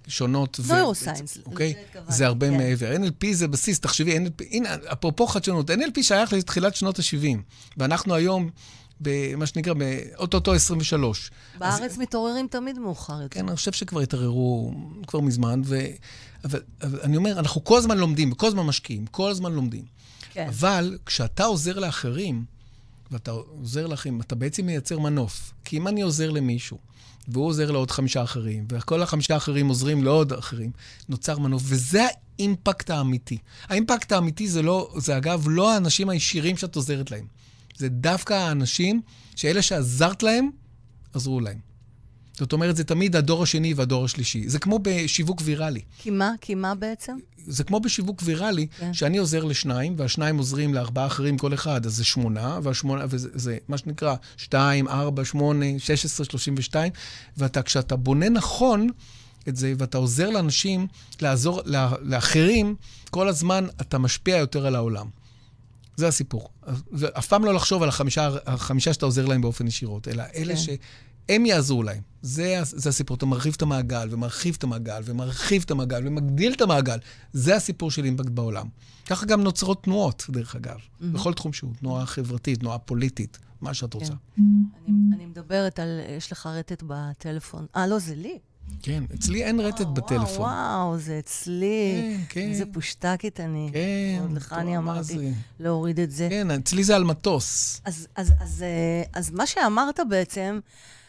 שונות. נוירוסיינס. אוקיי? זה הרבה מעבר. אן אל פי זה בסיס, תחשבי, הנה, אפרופו חדשנות, אן אל פי שייך לתחילת שנות ה-שבעים, ואנחנו היום, במה שנקרא, באוטוטו עשרים ושלוש. בארץ מתעוררים תמיד מאוחר יותר. כן, אני חושב שכבר התערערו כבר מזמן, אבל אני אומר, אנחנו כל הזמן לומדים, כל הזמן משקיעים, כל הזמן לומדים. אבל כשאתה עוזר לאחרים, ואתה עוזר לכם, אתה בעצם מייצר מנוף. כי אם אני עוזר למישהו, והוא עוזר לעוד חמישה אחרים, וכל החמישה האחרים עוזרים לעוד אחרים, נוצר מנוף, וזה האימפקט האמיתי. האימפקט האמיתי זה לא, זה אגב לא האנשים הישירים שאת עוזרת להם. זה דווקא האנשים שאלה שעזרת להם, עזרו להם. זאת אומרת, זה תמיד הדור השני והדור השלישי. זה כמו בשיווק ויראלי. כי מה? כי מה בעצם? זה כמו בשיווק ויראלי, כן. שאני עוזר לשניים, והשניים עוזרים לארבעה אחרים כל אחד, אז זה שמונה, והשמונה, וזה זה, מה שנקרא, שתיים, ארבע, שמונה, שש עשרה, שלושים ושתיים, ואתה, כשאתה בונה נכון את זה, ואתה עוזר לאנשים, לעזור לה, לאחרים, כל הזמן אתה משפיע יותר על העולם. זה הסיפור. אף פעם לא לחשוב על החמישה, החמישה שאתה עוזר להם באופן ישירות, אלא אלה כן. ש... הם יעזרו להם. זה, זה הסיפור. אתה מרחיב את המעגל, ומרחיב את המעגל, ומרחיב את המעגל, ומגדיל את המעגל. זה הסיפור של אימפקט בעולם. ככה גם נוצרות תנועות, דרך אגב. Mm-hmm. בכל תחום שהוא. תנועה חברתית, תנועה פוליטית, מה שאת רוצה. כן. אני, אני מדברת על, יש לך רטט בטלפון. אה, לא, זה לי. כן, אצלי אין רטט בטלפון. וואו, וואו, זה אצלי. כן, כן. זה פושטקית אני. כן. עוד לך אני אמרתי להוריד את זה. כן, אצלי זה על מטוס. אז, אז, אז, אז מה שאמרת בעצם,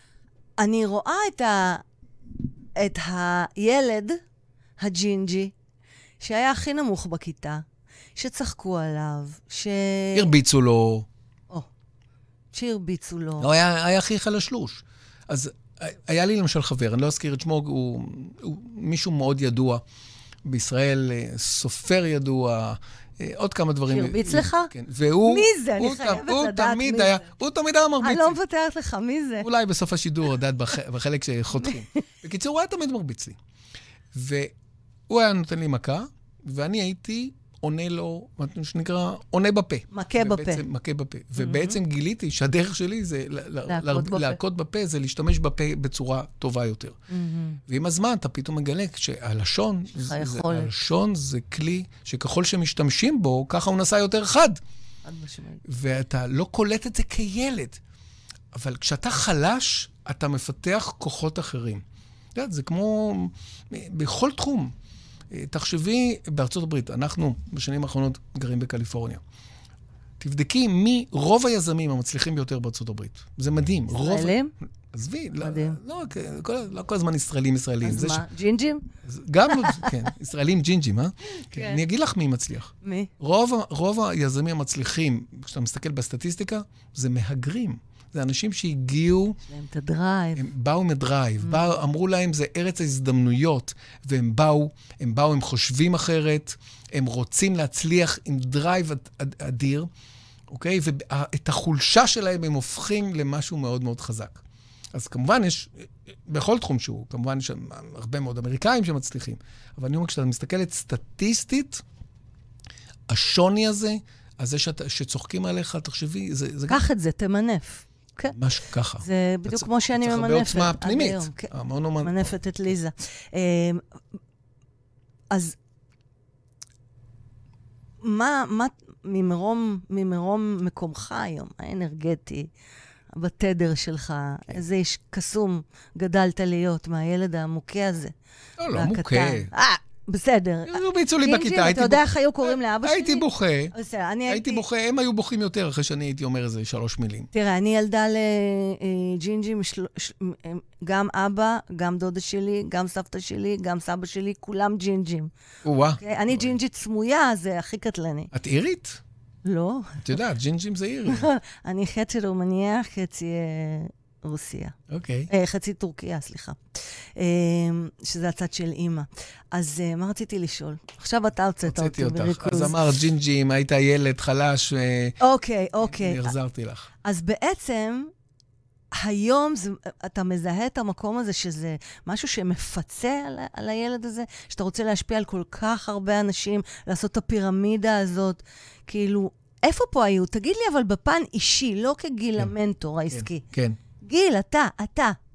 אני רואה את, ה... את הילד, הג'ינג'י, שהיה הכי נמוך בכיתה, שצחקו עליו, ש... הרביצו לו. או, שהרביצו לו. הוא היה, היה הכי חלשלוש. אז היה לי למשל חבר, אני לא אזכיר את שמו, הוא, הוא מישהו מאוד ידוע בישראל, סופר ידוע, עוד כמה דברים. שהרביץ לך? כן. והוא... מי זה? אני חייבת לדעת מי זה. הוא תמיד היה מרביץ. אני לא מוותרת לך, מי זה? אולי בסוף השידור, יודעת, בחלק שחותכים. בקיצור, הוא היה תמיד מרביץ לי. והוא היה נותן לי מכה, ואני הייתי עונה לו, מה שנקרא, עונה בפה. מכה בפה. מכה בפה. ובעצם גיליתי שהדרך שלי זה להכות בפה, זה להשתמש בפה בצורה טובה יותר. ועם הזמן אתה פתאום מגלה שהלשון, הלשון זה כלי שככל שמשתמשים בו, ככה הוא נעשה יותר חד. ואתה לא קולט את זה כילד. אבל כשאתה חלש, אתה מפתח כוחות אחרים. זה כמו בכל תחום. תחשבי, בארצות הברית, אנחנו בשנים האחרונות גרים בקליפורניה. תבדקי מי רוב היזמים המצליחים ביותר בארצות הברית. זה מדהים. ישראלים? עזבי, מדהים. לא, לא כל הזמן ישראלים, ישראלים. אז מה, ג'ינג'ים? גם, כן, ישראלים ג'ינג'ים, אה? אני אגיד לך מי מצליח. מי? רוב היזמים המצליחים, כשאתה מסתכל בסטטיסטיקה, זה מהגרים. זה אנשים שהגיעו... יש להם את הדרייב. הם באו מדרייב, mm. באו, אמרו להם, זה ארץ ההזדמנויות, והם באו, הם באו, הם חושבים אחרת, הם רוצים להצליח עם דרייב אדיר, אוקיי? ואת החולשה שלהם הם הופכים למשהו מאוד מאוד חזק. אז כמובן יש, בכל תחום שהוא, כמובן יש הרבה מאוד אמריקאים שמצליחים, אבל אני אומר, כשאתה מסתכלת סטטיסטית, השוני הזה, אז זה שאת, שצוחקים עליך, תחשבי, זה... זה קח גם... את זה, תמנף. כן. ממש ככה. זה בדיוק כמו שאני ממנפת. צריך הרבה עוצמה פנימית. כן. מנפת את ליזה. אז מה, מה ממרום, ממרום מקומך היום, האנרגטי, בתדר שלך, איזה איש קסום גדלת להיות מהילד המוכה הזה? לא, לא מוכה. אה, בסדר. הרביצו לי בכיתה. אתה יודע איך היו קוראים לאבא שלי? הייתי בוכה. הייתי בוכה, הם היו בוכים יותר אחרי שאני הייתי אומר איזה שלוש מילים. תראה, אני ילדה לג'ינג'ים, גם אבא, גם דודה שלי, גם סבתא שלי, גם סבא שלי, כולם ג'ינג'ים. וואה. אני ג'ינג'ית סמויה, זה הכי קטלני. את אירית? לא. את יודעת, ג'ינג'ים זה אירי. אני חצי רומניה, חצי רוסיה. אוקיי. חצי טורקיה, סליחה. שזה הצד של אימא. אז מה רציתי לשאול? עכשיו אתה הוצאת אותי בריכוז. אז אמרת ג'ינג'ים, היית ילד חלש. אוקיי, אוקיי. החזרתי לך. אז בעצם, היום זה, אתה מזהה את המקום הזה שזה משהו שמפצה על, על הילד הזה, שאתה רוצה להשפיע על כל כך הרבה אנשים, לעשות את הפירמידה הזאת. כאילו, איפה פה היו? תגיד לי, אבל בפן אישי, לא כגיל כן, המנטור העסקי. כן, כן. גיל, אתה, אתה.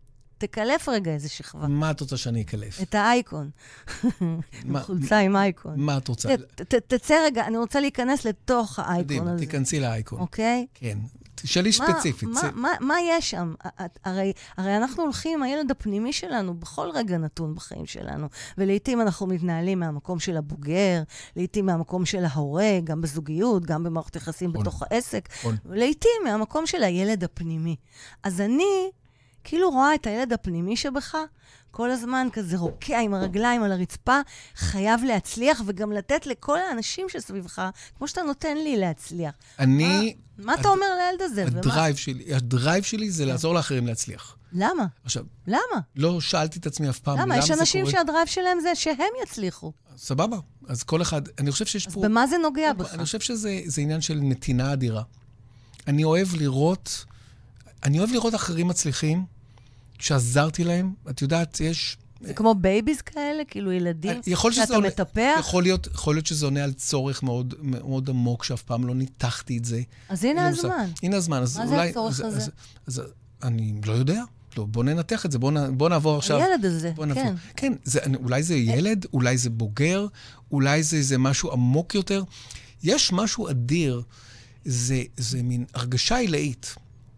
תקלף רגע איזה שכבה. מה את רוצה שאני אקלף? את האייקון. חולצה עם אייקון. מה את רוצה? תצא רגע, אני רוצה להיכנס לתוך האייקון הזה. תיכנסי לאייקון. אוקיי? כן. תשאלי ספציפית. מה יש שם? הרי אנחנו הולכים עם הילד הפנימי שלנו בכל רגע נתון בחיים שלנו, ולעיתים אנחנו מתנהלים מהמקום של הבוגר, לעיתים מהמקום של ההורה, גם בזוגיות, גם במערכת יחסים בתוך העסק, ולעיתים מהמקום של הילד הפנימי. אז אני כאילו רואה את הילד הפנימי שבך, כל הזמן כזה רוקע עם הרגליים על הרצפה, חייב להצליח, וגם לתת לכל האנשים שסביבך, כמו שאתה נותן לי להצליח. אני... מה אתה אומר לילד הזה? הדרייב שלי, הדרייב שלי זה לעזור לאחרים להצליח. למה? עכשיו, למה? לא שאלתי את עצמי אף פעם. למה? יש אנשים שהדרייב שלהם זה שהם יצליחו. סבבה. אז כל אחד, אני חושב שיש אז פה... אז במה זה נוגע בך? אני חושב שזה עניין של נתינה אדירה. אני אוהב לראות, אני אוהב לראות אחרים מצליחים, שעזרתי להם. את יודעת, יש... זה כמו בייביז כאלה? כאילו ילדים שאתה מטפח? יכול להיות, יכול להיות שזה עונה על צורך מאוד, מאוד עמוק, שאף פעם לא ניתחתי את זה. אז הנה הזמן. הנה הזמן. מה זה הצורך הזה? אז, אז אני לא יודע. לא, בוא ננתח את זה. בוא, נ, בוא נעבור עכשיו. הילד הזה, כן. כן, זה, אולי זה ילד, אולי זה בוגר, אולי זה, זה משהו עמוק יותר. יש משהו אדיר, זה, זה מין הרגשה עילאית.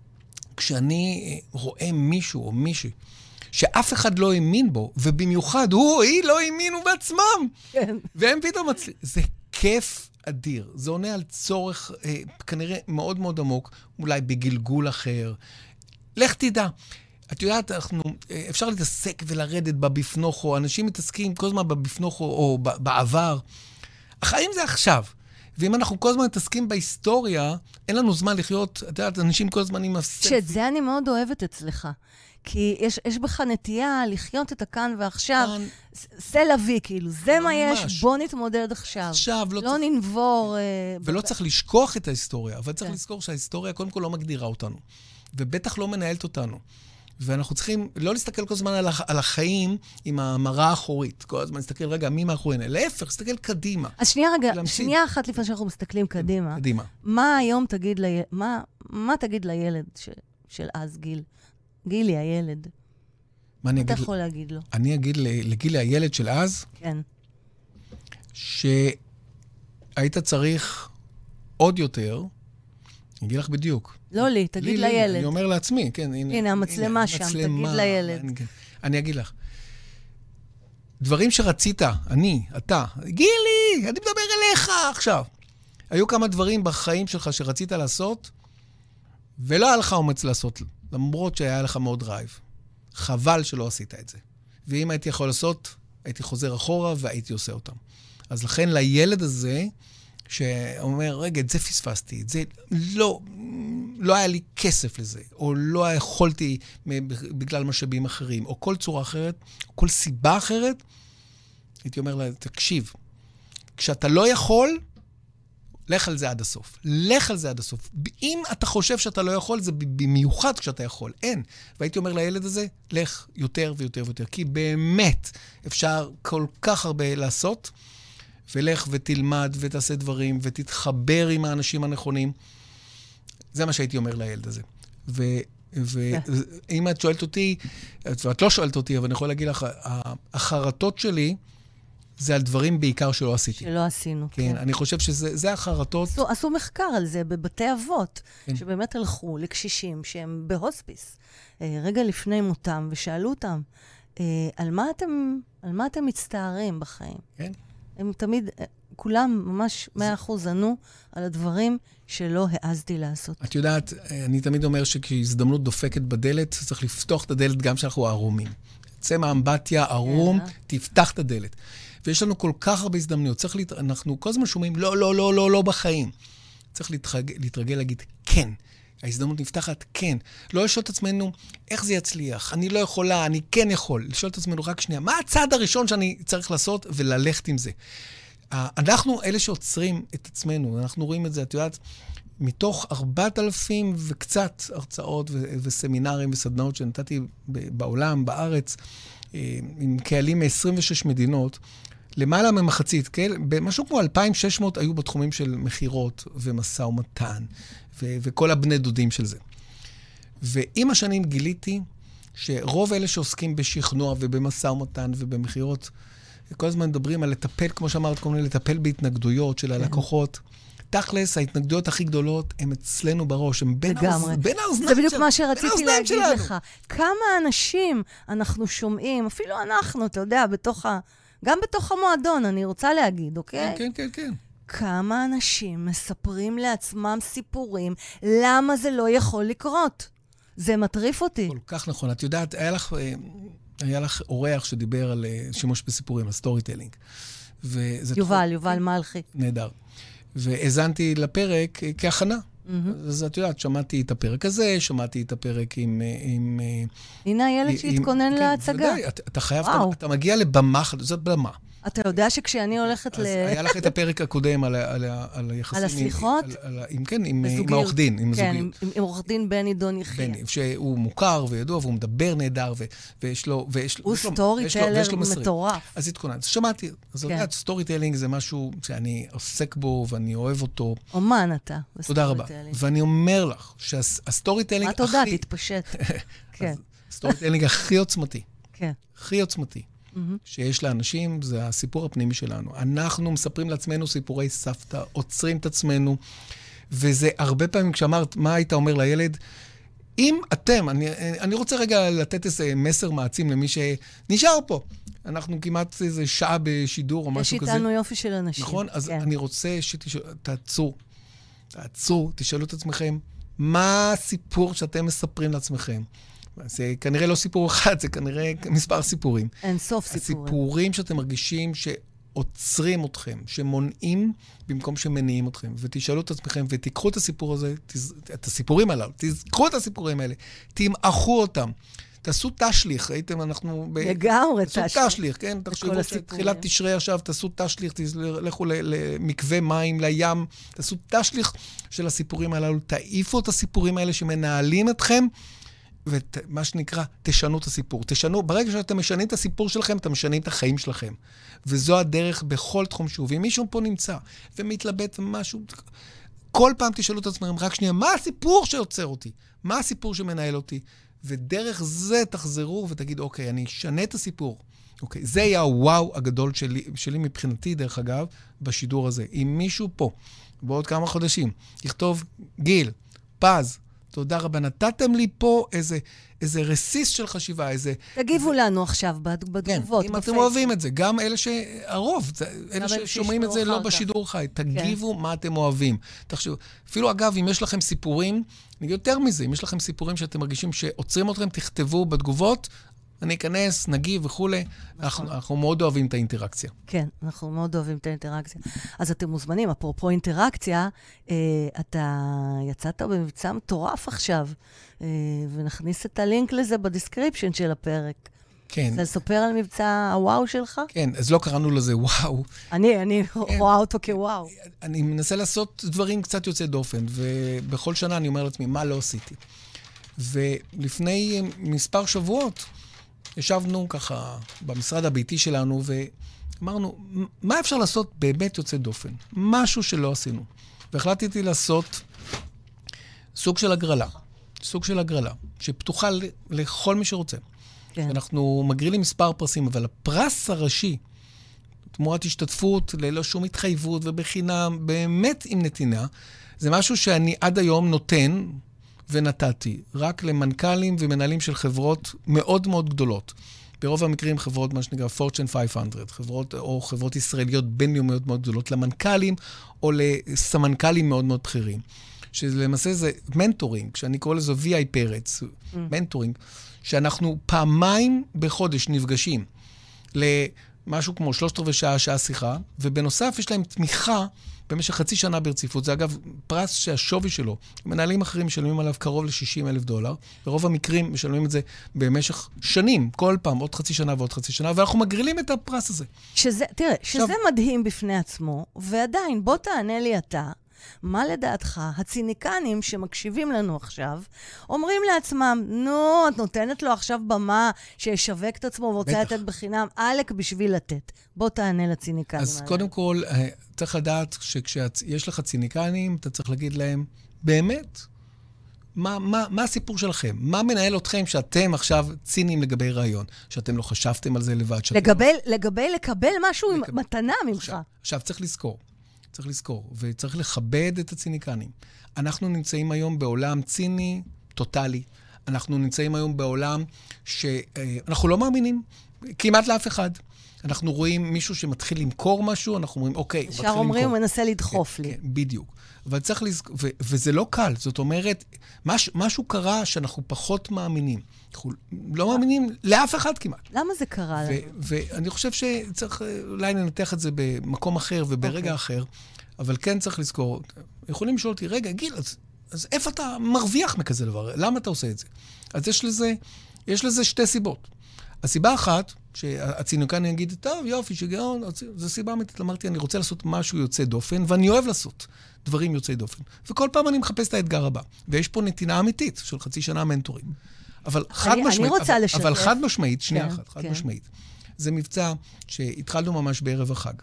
כשאני רואה מישהו או מישהי, שאף אחד לא האמין בו, ובמיוחד הוא או היא לא האמינו בעצמם. כן. והם פתאום מצליחים. זה כיף אדיר. זה עונה על צורך אה, כנראה מאוד מאוד עמוק, אולי בגלגול אחר. לך תדע. את יודעת, אנחנו, אה, אפשר להתעסק ולרדת בבפנוכו. אנשים מתעסקים כל הזמן בבפנוכו או ב- בעבר. החיים זה עכשיו. ואם אנחנו כל הזמן מתעסקים בהיסטוריה, אין לנו זמן לחיות, את יודעת, אנשים כל הזמן עם הספר. שאת זה אני מאוד אוהבת אצלך. כי יש, יש בך נטייה לחיות את הכאן ועכשיו. כאן... זה לוי, כאילו, זה ממש. מה יש, בוא נתמודד עכשיו. עכשיו, לא, לא צריך... ננבור... ולא בב... צריך לשכוח את ההיסטוריה, אבל צריך כן. לזכור שההיסטוריה קודם כל לא מגדירה אותנו. ובטח לא מנהלת אותנו. ואנחנו צריכים לא להסתכל כל הזמן על, הח... על החיים עם המראה האחורית. כל הזמן להסתכל, רגע, מי מאחורי הנה? להפך, להסתכל קדימה. אז שנייה רגע, להמשיד. שנייה אחת לפני שאנחנו מסתכלים קדימה. קדימה. מה היום תגיד, לי... מה... מה תגיד לילד ש... של אז גיל? גילי, הילד. מה אני אתה אגיד? יכול להגיד לו. אני אגיד לגילי, הילד של אז, כן. שהיית צריך עוד יותר, אני אגיד לך בדיוק. לא לי, תגיד לי, לילד. אני אומר לעצמי, כן. הנה, הנה המצלמה הנה, שם, המצלמה, תגיד לילד. אני, אני אגיד לך. דברים שרצית, אני, אתה, גילי, אני מדבר אליך עכשיו. היו כמה דברים בחיים שלך שרצית לעשות, ולא היה לך אומץ לעשות, למרות שהיה לך מאוד רייב. חבל שלא עשית את זה. ואם הייתי יכול לעשות, הייתי חוזר אחורה והייתי עושה אותם. אז לכן לילד הזה, שאומר, רגע, את זה פספסתי, את זה לא, לא היה לי כסף לזה, או לא יכולתי בגלל משאבים אחרים, או כל צורה אחרת, או כל סיבה אחרת, הייתי אומר לה, תקשיב, כשאתה לא יכול, לך על זה עד הסוף. לך על זה עד הסוף. אם אתה חושב שאתה לא יכול, זה במיוחד כשאתה יכול. אין. והייתי אומר לילד הזה, לך יותר ויותר ויותר. כי באמת אפשר כל כך הרבה לעשות, ולך ותלמד ותעשה דברים, ותתחבר עם האנשים הנכונים. זה מה שהייתי אומר לילד הזה. ואם את שואלת אותי, ואת לא שואלת אותי, אבל אני יכול להגיד לך, החרטות שלי, זה על דברים בעיקר שלא עשיתי. שלא עשינו, כן. כן, אני חושב שזה החרטות. עשו, עשו מחקר על זה בבתי אבות, כן. שבאמת הלכו לקשישים שהם בהוספיס, רגע לפני מותם, ושאלו אותם, על מה אתם, על מה אתם מצטערים בחיים? כן. הם תמיד, כולם ממש מאה אחוז ענו על הדברים שלא העזתי לעשות. את יודעת, אני תמיד אומר שכשהזדמנות דופקת בדלת, צריך לפתוח את הדלת גם שאנחנו ערומים. צא מהאמבטיה, ערום, תפתח את הדלת. ויש לנו כל כך הרבה הזדמנויות. צריך להת... אנחנו כל הזמן שומעים, לא, לא, לא, לא, לא בחיים. צריך להתרג... להתרגל להגיד, כן. ההזדמנות נפתחת, כן. לא לשאול את עצמנו, איך זה יצליח? אני לא יכולה, אני כן יכול. לשאול את עצמנו רק שנייה, מה הצעד הראשון שאני צריך לעשות וללכת עם זה? אנחנו אלה שעוצרים את עצמנו, אנחנו רואים את זה, את יודעת, מתוך ארבעת אלפים וקצת הרצאות ו- וסמינרים וסדנאות שנתתי בעולם, בארץ, עם קהלים מ-עשרים ושש מדינות, למעלה ממחצית, משהו כמו אלפיים ושש מאות היו בתחומים של מחירות ומשא ומתן, ו- וכל הבני דודים של זה. ועם השנים גיליתי שרוב אלה שעוסקים בשכנוע ובמשא ומתן ובמחירות, כל הזמן מדברים על לטפל, כמו שאמרת, כל מיני לטפל בהתנגדויות של הלקוחות. תכלס, ההתנגדויות הכי גדולות הן אצלנו בראש, הן בין האוזניים שלנו. זה בדיוק מה שרציתי להגיד לך. כמה אנשים אנחנו שומעים, אפילו אנחנו, אתה יודע, בתוך ה... גם בתוך המועדון, אני רוצה להגיד, אוקיי? כן, כן, כן. כמה אנשים מספרים לעצמם סיפורים, למה זה לא יכול לקרות? זה מטריף אותי. כל כך נכון. את יודעת, היה לך, היה לך אורח שדיבר על שימוש בסיפורים, על סטורי טלינג. יובל, יובל מלכי. נהדר. והזנתי לפרק כהכנה. אז את יודעת, שמעתי את הפרק הזה, שמעתי את הפרק עם... הנה הילד שהתכונן להצגה. ודאי, אתה חייב, אתה מגיע לבמה, זאת במה. אתה יודע שכשאני הולכת ל... אז היה לך את הפרק הקודם על היחסים... על הסליחות? כן, עם העורך דין, עם כן, הזוגיות. עם עורך דין בני דון יחיה. בני, שהוא מוכר וידוע, והוא מדבר נהדר, ויש לו... הוא סטורי טלר מטורף. אז התכונן, אז שמעתי. אז יודעת, סטורי טלינג זה משהו שאני עוסק בו, ואני אוהב אותו. אומן אתה. תודה רבה. ואני אומר לך שהסטורי טלינג הכי... מה תודה, תתפשט. כן. הסטורי טלינג הכי עוצמתי. כן. הכי עוצמתי. שיש לאנשים, זה הסיפור הפנימי שלנו. אנחנו מספרים לעצמנו סיפורי סבתא, עוצרים את עצמנו, וזה הרבה פעמים כשאמרת, מה היית אומר לילד? אם אתם, אני, אני רוצה רגע לתת איזה מסר מעצים למי שנשאר פה. אנחנו כמעט איזה שעה בשידור או משהו כזה. יש איתנו יופי של אנשים. נכון? אז כן. אני רוצה שתעצרו, תעצרו, תשאלו את עצמכם, מה הסיפור שאתם מספרים לעצמכם? זה כנראה לא סיפור אחד, זה כנראה מספר סיפורים. אין סוף סיפורים. הסיפורים שאתם מרגישים שעוצרים אתכם, שמונעים במקום שמניעים אתכם. ותשאלו את עצמכם ותיקחו את הסיפור הזה, את הסיפורים הללו, תזכרו את הסיפורים האלה, תמעכו אותם. תעשו תשליך, ראיתם, אנחנו... לגמרי תשליך. תעשו תשליך, כן? תחשבו שתחילת תשרי עכשיו, תעשו תשליך, לכו למקווה מים, לים, תעשו תשליך של הסיפורים הללו, תעיפו את הסיפורים האלה שמנהלים אתכם, ומה שנקרא, תשנו את הסיפור. תשנו, ברגע שאתם משנים את הסיפור שלכם, אתם משנים את החיים שלכם. וזו הדרך בכל תחום שהוא. ואם מישהו פה נמצא ומתלבט ומשהו, כל פעם תשאלו את עצמכם, רק שנייה, מה הסיפור שיוצר אותי? מה הסיפור שמנהל אותי? ודרך זה תחזרו ותגיד, אוקיי, אני אשנה את הסיפור. אוקיי, זה יהיה הוואו הגדול שלי, שלי מבחינתי, דרך אגב, בשידור הזה. אם מישהו פה, בעוד כמה חודשים, יכתוב, גיל, פז, תודה רבה, נתתם לי פה איזה, איזה רסיס של חשיבה, איזה... תגיבו איזה... לנו עכשיו בתגובות. כן, אם אתם אוהבים את זה, גם אלה שהרוב, אלה ששומעים את זה לא בשידור חי, תגיבו כן. מה אתם אוהבים. תחשבו, אפילו אגב, אם יש לכם סיפורים, יותר מזה, אם יש לכם סיפורים שאתם מרגישים שעוצרים אתכם, תכתבו בתגובות, אני אכנס, נגיב וכולי. אנחנו, אנחנו מאוד אוהבים את האינטראקציה. כן, אנחנו מאוד אוהבים את האינטראקציה. אז אתם מוזמנים, אפרופו אינטראקציה, אה, אתה יצאת במבצע מטורף עכשיו, אה, ונכניס את הלינק לזה בדיסקריפשן של הפרק. כן. אתה לספר על מבצע הוואו שלך? כן, אז לא קראנו לזה וואו. אני, אני כן. רואה אותו כוואו. אני מנסה לעשות דברים קצת יוצא דופן, ובכל שנה אני אומר לעצמי, מה לא עשיתי? ולפני מספר שבועות, ישבנו ככה במשרד הביתי שלנו, ואמרנו, מה אפשר לעשות באמת יוצא דופן? משהו שלא עשינו. והחלטתי לעשות סוג של הגרלה. סוג של הגרלה, שפתוחה לכל מי שרוצה. כן. אנחנו מגרילים מספר פרסים, אבל הפרס הראשי, תמורת השתתפות, ללא שום התחייבות ובחינם, באמת עם נתינה, זה משהו שאני עד היום נותן, ונתתי, רק למנכ"לים ומנהלים של חברות מאוד מאוד גדולות. ברוב המקרים חברות, מה שנקרא, Fortune חמש מאות, חברות או חברות ישראליות בינלאומיות מאוד גדולות, למנכ"לים או לסמנכ"לים מאוד מאוד בכירים. שלמעשה זה מנטורינג, שאני קורא לזה וי איי פרץ, mm. מנטורינג, שאנחנו פעמיים בחודש נפגשים למשהו כמו שלושת רבעי שעה, שעה שיחה, ובנוסף יש להם תמיכה במשך חצי שנה ברציפות. זה אגב פרס שהשווי שלו, מנהלים אחרים משלמים עליו קרוב ל-שישים אלף דולר, ברוב המקרים משלמים את זה במשך שנים, כל פעם, עוד חצי שנה ועוד חצי שנה, ואנחנו מגרילים את הפרס הזה. שזה, תראה, שזה עכשיו... מדהים בפני עצמו, ועדיין, בוא תענה לי אתה, מה לדעתך, הציניקנים שמקשיבים לנו עכשיו, אומרים לעצמם, נו, את נותנת לו עכשיו במה שישווק את עצמו ורוצה לתת בחינם, אלק בשביל לתת. בוא תענה לציניקנים. אז עליהם. קודם כל, צריך לדעת שכשיש לך ציניקנים, אתה צריך להגיד להם, באמת, מה, מה, מה הסיפור שלכם? מה מנהל אתכם שאתם עכשיו ציניים לגבי רעיון? שאתם לא חשבתם על זה לבד? לגבי, לא... לגבי לקבל משהו לקב... עם מתנה ממך. עכשיו, עכשיו, צריך לזכור. צריך לזכור, וצריך לכבד את הציניקנים. אנחנו נמצאים היום בעולם ציני, טוטלי. אנחנו נמצאים היום בעולם שאנחנו לא מאמינים כמעט לאף אחד. אנחנו רואים מישהו שמתחיל למכור משהו, אנחנו אומרים, אוקיי, הוא מתחיל למכור. אפשר אומרים, הוא מנסה לדחוף כן, לי. כן, בדיוק. אבל צריך לזכור, ו- וזה לא קל. זאת אומרת, מש- משהו קרה שאנחנו פחות מאמינים. אנחנו לא מאמינים לאף אחד כמעט. למה זה קרה לנו? ואני חושב שצריך אולי לנתח את זה במקום אחר וברגע okay. אחר, אבל כן צריך לזכור, יכולים לשאול אותי, רגע, גיל, אז, אז איפה אתה מרוויח מכזה דבר? למה אתה עושה את זה? אז יש לזה, יש לזה שתי סיבות. הסיבה אחת, שהציניקן יגיד, טוב, יופי, שגאון, זו סיבה אמיתית. אמרתי, אני רוצה לעשות משהו יוצא דופן, ואני אוהב לעשות דברים יוצאי דופן. וכל פעם אני מחפש את האתגר הבא. ויש פה נתינה אמיתית של חצי שנה מנטורים. אבל חד משמעית, אבל, אבל חד משמעית, שנייה אחת, חד משמעית. זה מבצע שהתחלנו ממש בערב החג.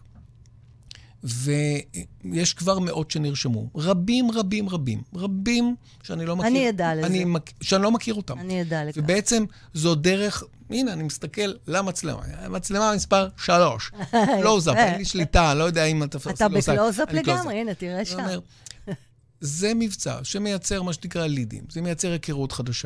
ויש כבר מאות שנרשמו. רבים, רבים, רבים. רבים שאני לא מכיר. אני ידע לזה. אני, שאני לא מכיר אותם. אני ידע לכך. ובעצם זו דרך, הנה, אני מסתכל למצלמה. מצלמה מספר שלוש. קלוז-אפ, אין לי שליטה, לא יודע אם אתה... אתה בקלוז-אפ לגמרי, הנה, תראה שם. זה מבצע שמייצר מה שנקרא לידים. זה מייצר היכרות חדשה.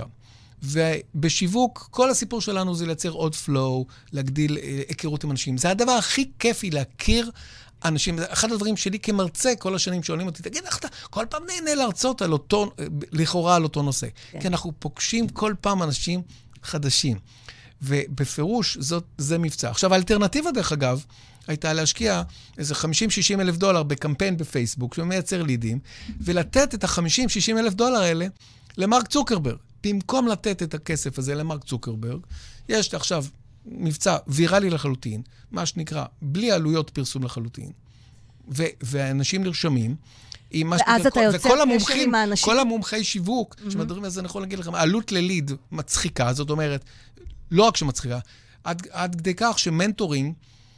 ובשיווק, כל הסיפור שלנו זה לייצר עוד פלואו, להגדיל היכרות עם אנשים. זה הדבר הכי כיפי להכיר אנשים. אחד הדברים שלי כמרצה, כל השנים שואלים אותי, תגיד, איך אתה כל פעם נהנה להרצות על אותו, לכאורה על אותו נושא. כן. כי אנחנו פוגשים כל פעם אנשים חדשים. ובפירוש זאת, זה מבצע. עכשיו, האלטרנטיבה, דרך אגב, הייתה להשקיע איזה חמישים שישים אלף דולר בקמפיין בפייסבוק, שמייצר לידים, ולתת את ה-חמישים שישים אלף דולר האלה למרק צוקרברג. במקום לתת את הכסף הזה למרק צוקרברג, יש עכשיו מבצע ויראלי לחלוטין, מה שנקרא, בלי עלויות פרסום לחלוטין, ו- ואנשים נרשמים, ואז אתה יוצא קשר עם האנשים. כל המומחי שיווק, mm-hmm. שמדברים על זה, אני יכול להגיד לכם, העלות לליד מצחיקה, זאת אומרת, לא רק שמצחיקה, עד, עד כדי כך שמנטורים,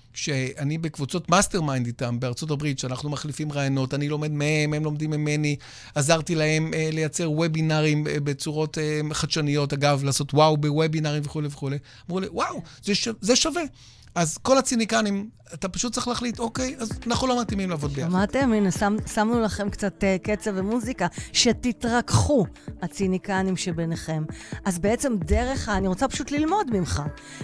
שאני בקבוצות מאסטר מיינד איתם, בארצות הברית, שאנחנו מחליפים רעיונות, אני לומד מהם, הם לומדים ממני, עזרתי להם אה, לייצר וובינרים אה, בצורות אה, חדשניות, אגב, לעשות וואו בוובינרים וכו' וכו'. אמרו לי, וואו, זה, ש... זה שווה. אז כל הציניקנים, אתה פשוט צריך להחליט, אוקיי, אז אנחנו לא מתאימים לעבוד ביחד. שמעתם? הנה, שם, שמנו לכם קצת uh, קצב ומוזיקה, שתתרככו הציניקנים שביניכם. אז בעצם דרך, אני רוצה פשוט ללמוד ממך,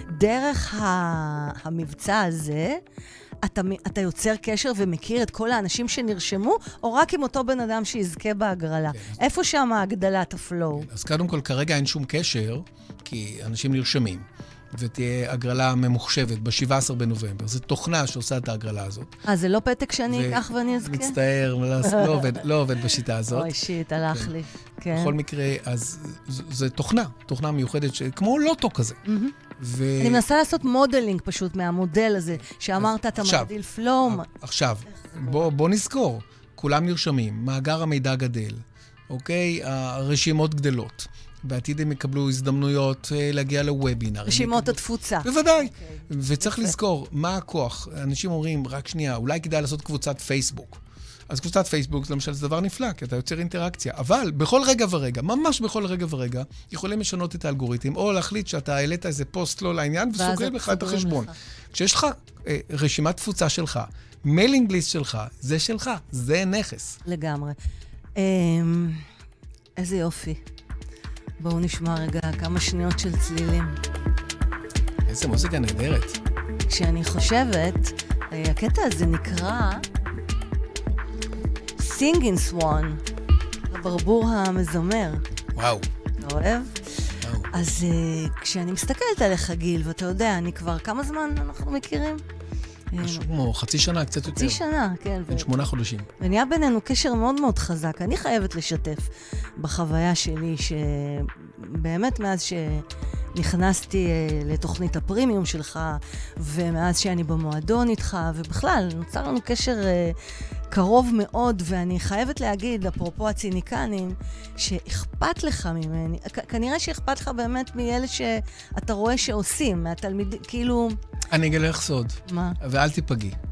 דרך ה, המבצע הזה, אתה, אתה יוצר קשר ומכיר את כל האנשים שנרשמו, או רק עם אותו בן אדם שיזכה בהגרלה? כן, איפה אז... שם הגדלת הפלואו? כן, אז קודם כל, כרגע אין שום קשר, כי אנשים נרשמים. ותהיה הגרלה ממוחשבת ב-שבעה עשר בנובמבר. זו תוכנה שעושה את ההגרלה הזאת. אה, זה לא פתק שאני אקח ואני אזכה? מצטער, לא עובד בשיטה הזאת. אוי, שיט, הלך לי. בכל מקרה, אז זו תוכנה, תוכנה מיוחדת, כמו לוטו כזה. אני מנסה לעשות מודלינג פשוט מהמודל הזה, שאמרת, אתה מגדיל פלואו. עכשיו, בוא נזכור, כולם נרשמים, מאגר המידע גדל, אוקיי? הרשימות גדלות. בעתיד הם יקבלו הזדמנויות להגיע לוובינר. רשימות התפוצה. בוודאי. וצריך לזכור, מה הכוח? אנשים אומרים, רק שנייה, אולי כדאי לעשות קבוצת פייסבוק. אז קבוצת פייסבוק, למשל, זה דבר נפלא, כי אתה יוצר אינטראקציה. אבל בכל רגע ורגע, ממש בכל רגע ורגע, יכולים לשנות את האלגוריתם, או להחליט שאתה העלית איזה פוסט לא לעניין, וסוגרים לך את החשבון. כשיש לך אה, רשימת תפוצה שלך, מיילינג ליסט שלך, זה שלך, זה נכס. לגמרי. איזה יופי. בואו נשמע רגע כמה שניות של צלילים. איזה מוזיקה נהדרת. כשאני חושבת, הקטע הזה נקרא Singing Swan, הברבור המזמר. וואו. אתה אוהב? וואו. אז uh, כשאני מסתכלת עליך, גיל, ואתה יודע, אני כבר, כמה זמן אנחנו מכירים? משהו כמו חצי שנה, קצת יותר. חצי שנה, כן. בין שמונה חודשים. ונהיה בינינו קשר מאוד מאוד חזק. אני חייבת לשתף בחוויה שלי, שבאמת מאז שנכנסתי לתוכנית הפרימיום שלך, ומאז שאני במועדון איתך, ובכלל, נוצר לנו קשר קרוב מאוד, ואני חייבת להגיד, אפרופו הציניקנים, שאכפת לך ממני. כנראה שאכפת לך באמת מאלה שאתה רואה שעושים, מהתלמידים, כאילו... אני אגלה לך סוד. מה? ואל תיפגעי.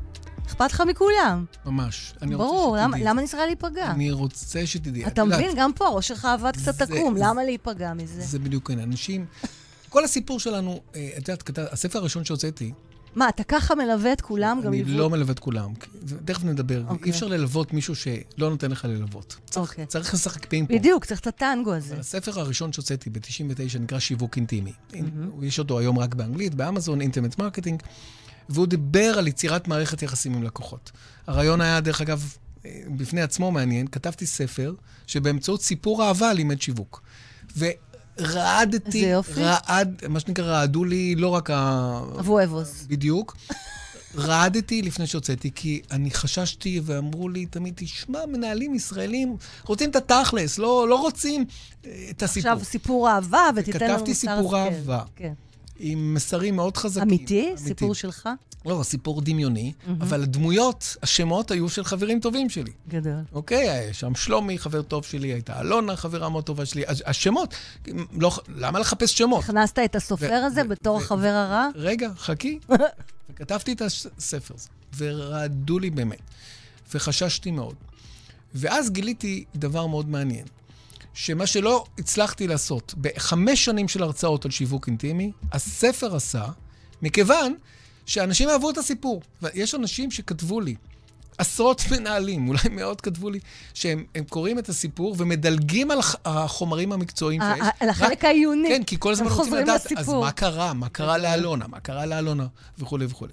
אכפת לך מכולם. ממש. ברור, למה, למה אני צריכה להיפגע? אני רוצה שתדעי. אתה מבין, גם פה, ראש שלך עבד קצת תקום, למה להיפגע מזה? זה בדיוק כן, אנשים... כל הסיפור שלנו, את יודעת, הספר הראשון שהוצאתי... מה, אתה ככה מלווה את כולם? אני לא מלווה את כולם. תכף נדבר. אי אפשר ללוות מישהו שלא נותן לך ללוות. צריך לשחק פינג פונג. בדיוק, צריך את הטנגו הזה. הספר הראשון שהוצאתי ב-תשעים ותשע נקרא שיווק אינטימי. יש אותו היום רק באנגלית, באמזון, אינטימט מרקטינג, והוא דיבר על יצירת מערכת יחסים עם לקוחות. הרעיון היה, דרך אגב, בפני עצמו מעניין, כתבתי ספר שבאמצעות סיפור אהבה לימד שיווק. ורעדתי, רעד, מה שנקרא, רעדו לי לא רק ה... אבו אבוס. בדיוק. רעדתי לפני שהוצאתי, כי אני חששתי ואמרו לי תמיד, תשמע, מנהלים ישראלים רוצים את התכלס, לא, לא רוצים את הסיפור. עכשיו סיפור אהבה ותיתן לנו כתבתי סיפור אהבה. כן. עם מסרים מאוד חזקים. אמיתי? אמיתי. סיפור שלך? לא, סיפור דמיוני, mm-hmm. אבל הדמויות, השמות היו של חברים טובים שלי. גדול. אוקיי, שם שלומי, חבר טוב שלי, הייתה אלונה, חברה מאוד טובה שלי. השמות, לא, למה לחפש שמות? הכנסת את הסופר ו- הזה ו- בתור ו- החבר הרע? רגע, חכי. וכתבתי את הספר הזה, ורעדו לי באמת, וחששתי מאוד. ואז גיליתי דבר מאוד מעניין. שמה שלא הצלחתי לעשות בחמש שנים של הרצאות על שיווק אינטימי, הספר עשה, מכיוון שאנשים אהבו את הסיפור. ויש אנשים שכתבו לי, עשרות מנהלים, אולי מאוד כתבו לי, שהם קוראים את הסיפור ומדלגים על החומרים המקצועיים שיש. על החלק העיוני. כן, כי כל הזמן רוצים לדעת, אז מה קרה? מה קרה לאלונה? מה קרה לאלונה? וכו' וכו'.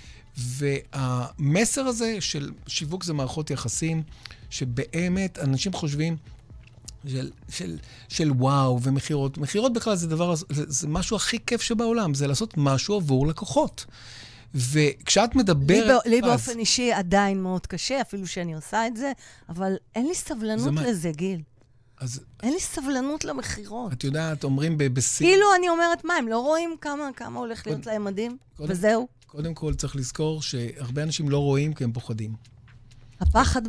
והמסר הזה של שיווק זה מערכות יחסים, שבאמת אנשים חושבים, של, של, של וואו ומחירות. מחירות בכלל זה דבר, זה, זה משהו הכי כיף שבעולם, זה לעשות משהו עבור לקוחות. וכשאת מדברת... לי, לי אז... באופן אישי עדיין מאוד קשה, אפילו שאני עושה את זה, אבל אין לי סבלנות לזה, גיל. אז... אין לי סבלנות למחירות. את יודעת, אומרים בסין... כאילו אני אומרת, מה, הם לא רואים כמה, כמה הולך להיות קודם, להם מדהים? קודם, וזהו. קודם כל צריך לזכור שהרבה אנשים לא רואים כי הם פוחדים. הפחד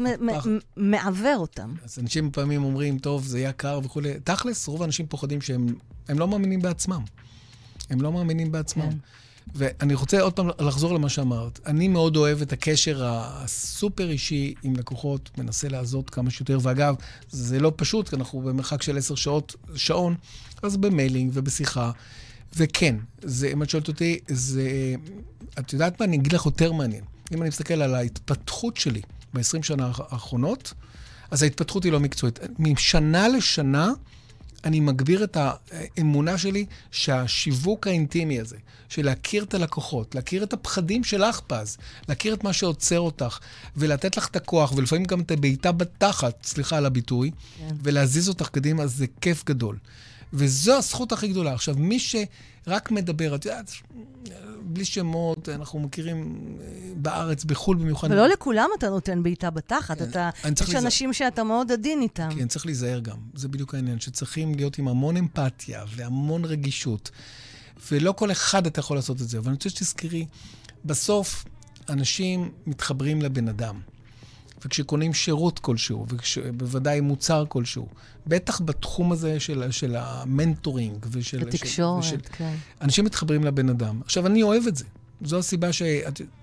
מעבר אותם. אז אנשים פעמים אומרים, טוב, זה יהיה קר וכו'. תכלס, רוב האנשים פוחדים שהם הם לא מאמינים בעצמם. הם לא מאמינים בעצמם. ואני רוצה עוד פעם לחזור למה שאמרת. אני מאוד אוהב את הקשר הסופר אישי עם לקוחות, מנסה לעזות כמה שיותר. ואגב, זה לא פשוט, כי אנחנו במרחק של עשר שעות, שעון, אז במיילינג ובשיחה. וכן, זה, אם את שואלת אותי, זה, את יודעת מה? אני אגיד לך יותר מעניין. אם אני מסתכל על ההתפתחות שלי, ב-עשרים שנה האחרונות, אז ההתפתחות היא לא מקצועית. משנה לשנה, אני מגביר את האמונה שלי שהשיווק האינטימי הזה, של להכיר את הלקוחות, להכיר את הפחדים שלך פז, להכיר את מה שעוצר אותך, ולתת לך את הכוח, ולפעמים גם את הביתה בתחת, סליחה על הביטוי, כן. ולהזיז אותך קדימה, זה כיף גדול. וזו הזכות הכי גדולה. עכשיו, מי שרק מדבר, את יודעת, בלי שמות, אנחנו מכירים בארץ, בחול במיוחד. ולא לכולם אתה נותן בעיטה בתחת. כן, אתה, יש אנשים שאתה מאוד עדין איתם. כן, צריך להיזהר גם. זה בדיוק העניין, שצריכים להיות עם המון אמפתיה והמון רגישות. ולא כל אחד אתה יכול לעשות את זה. אבל אני רוצה שתזכרי, בסוף אנשים מתחברים לבן אדם. וכשקונים שירות כלשהו, ובוודאי מוצר כלשהו, בטח בתחום הזה של, של המנטורינג ושל... התקשורת, ושל, כן. אנשים מתחברים לבן אדם. עכשיו, אני אוהב את זה. זו הסיבה ש...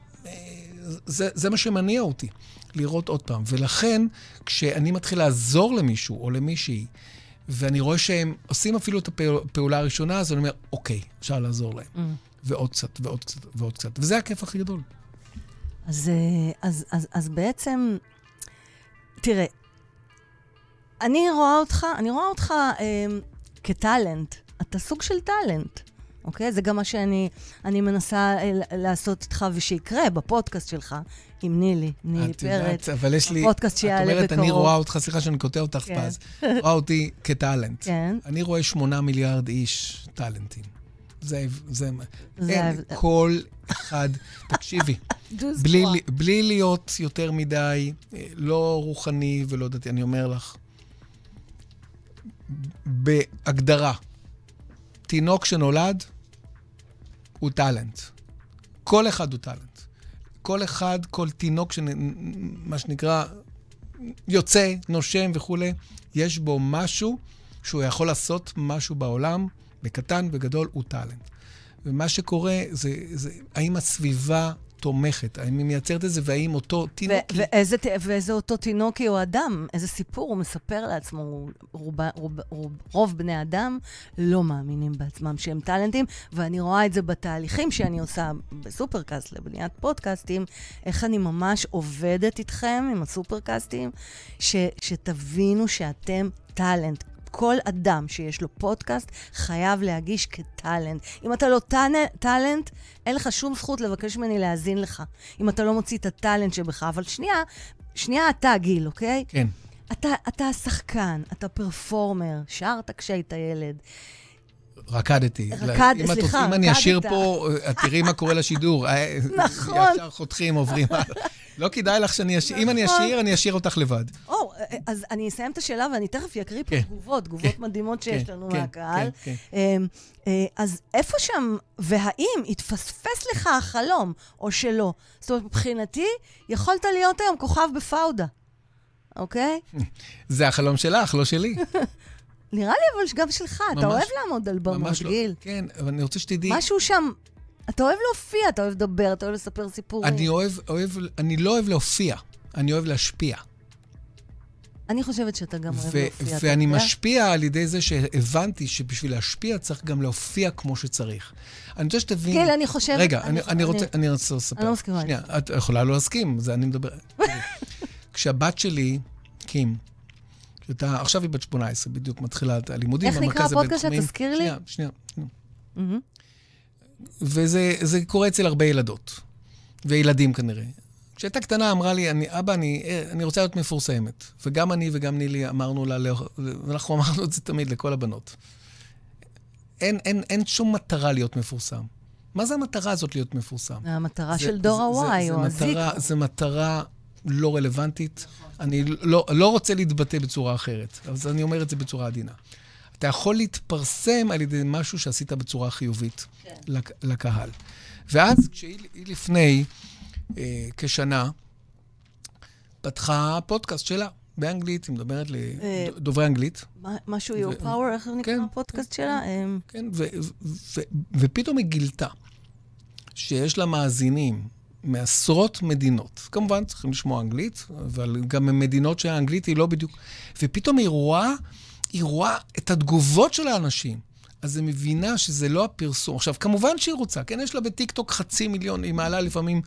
זה, זה מה שמניע אותי, לראות עוד פעם. ולכן, כשאני מתחיל לעזור למישהו או למישהי, ואני רואה שהם עושים אפילו את הפעולה הראשונה, אז אני אומר, אוקיי, אפשר לעזור להם. Mm. ועוד קצת, ועוד קצת, ועוד קצת. וזה הכיף הכי גדול. אז, אז, אז, אז בעצם, תראה, אני רואה אותך, אני רואה אותך אה, כטלנט. אתה סוג של טלנט, אוקיי? זה גם מה שאני אני מנסה אה, לעשות איתך ושיקרה בפודקאסט שלך, עם נילי, נילי פרץ. יודעת, אבל יש לי, הפודקאסט שיעלה בקרוב. את אומרת, אני רואה אותך, סליחה שאני קוטע אותך כן. פז, רואה אותי כטלנט. כן. אני רואה שמונה מיליארד איש טלנטים. זה, זה, זה אין, כל אחד, תקשיבי, בלי, בלי להיות יותר מדי, לא רוחני ולא דתי, אני אומר לך, בהגדרה, תינוק שנולד הוא טלנט. כל אחד הוא טלנט. כל אחד, כל תינוק, מה שנקרא, יוצא, נושם וכו', יש בו משהו שהוא יכול לעשות משהו בעולם, בקטן וגדול, הוא טלנט. ומה שקורה זה, זה האם הסביבה תומכת? האם היא מייצרת את זה, והאם אותו תינוק... ו- ואיזה, ואיזה אותו תינוקי או אדם, איזה סיפור הוא מספר לעצמו. רוב, רוב, רוב, רוב בני אדם לא מאמינים בעצמם שהם טלנטים, ואני רואה את זה בתהליכים שאני עושה בסופרקאסט לבניית פודקאסטים, איך אני ממש עובדת איתכם עם הסופרקאסטים, ש- שתבינו שאתם טלנט. כל אדם שיש לו פודקאסט חייב להגיש כטלנט. אם אתה לא טלנט, אין לך שום זכות לבקש ממני להאזין לך. אם אתה לא מוציא את הטלנט שבך. אבל שנייה, שנייה אתה גיל, אוקיי? כן. אתה, אתה שחקן, אתה פרפורמר, שרת כשהיית ילד. רקדתי. רקד, אם סליחה, את, אם אני אשיר פה, את תראי מה קורה לשידור. נכון. ישר חותכים, עוברים. לא כדאי לך שאני אשיר. אם אני אשיר, אני אשיר אותך לבד. או, אז אני אסיים את השאלה ואני תכף אקריא פה תגובות, תגובות מדהימות שיש לנו מהקהל. אז איפה שם, והאם התפספס לך החלום או שלא? זאת אומרת, מבחינתי, יכולת להיות היום כוכב בפאודה. אוקיי? זה החלום שלך, לא שלי. נראה לי אבל גם שלך, אתה אוהב לעמוד על במות, גיל. כן, אבל אני רוצה שתדעי... משהו שם, אתה אוהב להופיע, אתה אוהב לדבר, אתה אוהב לספר סיפורים. אני אוהב, אוהב, אני לא אוהב להופיע, אני אוהב להשפיע. אני חושבת שאתה גם אוהב להופיע. ואני משפיע על ידי זה שהבנתי שבשביל להשפיע צריך גם להופיע כמו שצריך. אני רוצה שתבין... גיל, אני חושבת... רגע, אני רוצה, אני רוצה לספר. אני לא מסכימה. שנייה, את יכולה לא להסכים, זה אני מדבר. כשהבת שלי, קים, שאתה, עכשיו היא בת שמונה עשרה, בדיוק מתחילה את הלימודים. איך נקרא הפודקאסט? תזכיר לי? שנייה, שנייה. וזה קורה אצל הרבה ילדות, וילדים כנראה. כשהייתה קטנה אמרה לי, אני, אבא, אני, אני רוצה להיות מפורסמת. וגם אני וגם נילי אמרנו לה, ואנחנו אמרנו את זה תמיד לכל הבנות. אין, אין, אין שום מטרה להיות מפורסם. מה זה המטרה הזאת להיות מפורסם? המטרה של דור ה-Y או הזיק. זה מטרה לא רלוונטית. אני לא, לא רוצה להתבטא בצורה אחרת, אז אני אומר את זה בצורה עדינה. אתה יכול להתפרסם על ידי משהו שעשית בצורה חיובית לקהל. ואז כשהיא לפני אה, כשנה, פתחה פודקאסט שלה באנגלית, היא מדברת לדוברי אנגלית. משהו Your Power, איך נקרא הפודקאסט שלה? כן, ופתאום היא גילתה שיש לה מאזינים מעשרות מדינות. כמובן, צריכים לשמוע אנגלית, אבל גם ממדינות שהאנגלית היא לא בדיוק... ופתאום היא רואה, היא רואה את התגובות של האנשים. אז היא מבינה שזה לא הפרסום. עכשיו, כמובן שהיא רוצה, כן? יש לה בטיקטוק חצי מיליון, היא מעלה לפעמים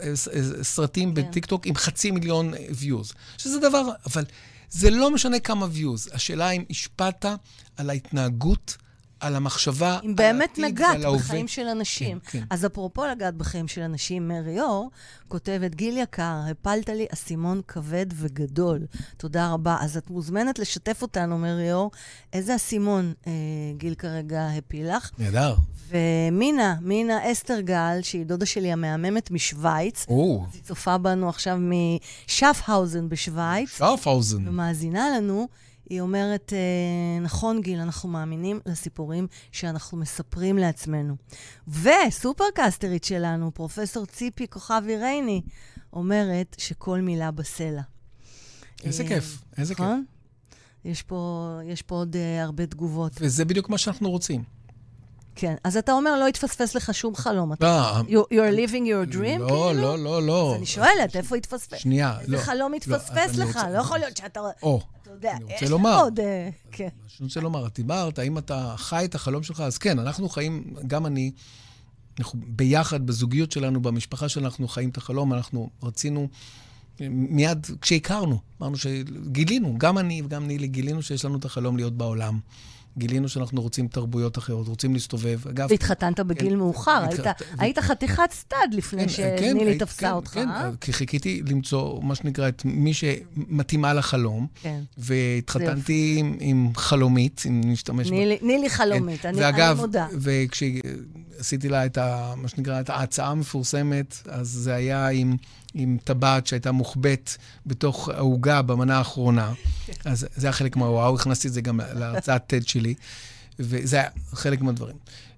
סרטים בטיקטוק עם חצי מיליון views. שזה דבר, אבל זה לא משנה כמה views. השאלה אם השפעת על ההתנהגות, על המחשבה, אם באמת נגעת בחיים של אנשים. כן, כן. אז אפרופו לגעת בחיים של אנשים, מרי אור כותבת, גיל יקר, הפלת לי אסימון כבד וגדול. תודה רבה. אז את מוזמנת לשתף אותנו, מרי אור. איזה אסימון אה, גיל כרגע הפיל לך? נהדר. ומינה, מינה אסטרגל, שהיא דודה שלי המהממת משוויץ. או. היא צופה בנו עכשיו משאפהאוזן בשוויץ. שאפהאוזן. ומאזינה לנו. היא אומרת, נכון גיל, אנחנו מאמינים לסיפורים שאנחנו מספרים לעצמנו. וסופרקסטרית שלנו, פרופסור ציפי כוכבי רייני, אומרת שכל מילה בסלע. איזה כיף, איזה כיף. יש פה, יש פה עוד הרבה תגובות. וזה בדיוק מה שאנחנו רוצים. כן, אז אתה אומר, לא יתפספס לך שום חלום. You're living your dream? לא, לא, לא, לא. אז אני שואלת, איפה יתפספס? שנייה, לא. איזה חלום יתפספס לך? לא יכול להיות שאתה... או. אני רוצה לומר, כן. אני רוצה לומר, את דיברת, האם אתה חי את החלום שלך? אז כן, אנחנו חיים, גם אני, אנחנו ביחד, בזוגיות שלנו, במשפחה שלנו, אנחנו חיים את החלום, אנחנו רצינו, מיד כשהכרנו, אמרנו שגילינו, גם אני וגם נילי, גילינו שיש לנו את החלום להיות בעולם. גילינו שאנחנו רוצים תרבויות אחרות, רוצים להסתובב. והתחתנת בגיל מאוחר, היית חתיכת סטאד לפני שנילי תפסה אותך. כן, כי חיכיתי למצוא מה שנקרא את מי שמתאימה לחלום, והתחתנתי עם חלומית, אם נשתמש בה. נילי חלומית, אני מודה. וכשעשיתי לה את מה שנקרא, את ההצעה המפורסמת, אז זה היה עם... עם טבעת שהייתה מוחבאת בתוך ההוגה במנה האחרונה. אז זה היה חלק מהוואו, הכנסתי את זה גם להרצאת טד שלי, וזה היה חלק מהדברים.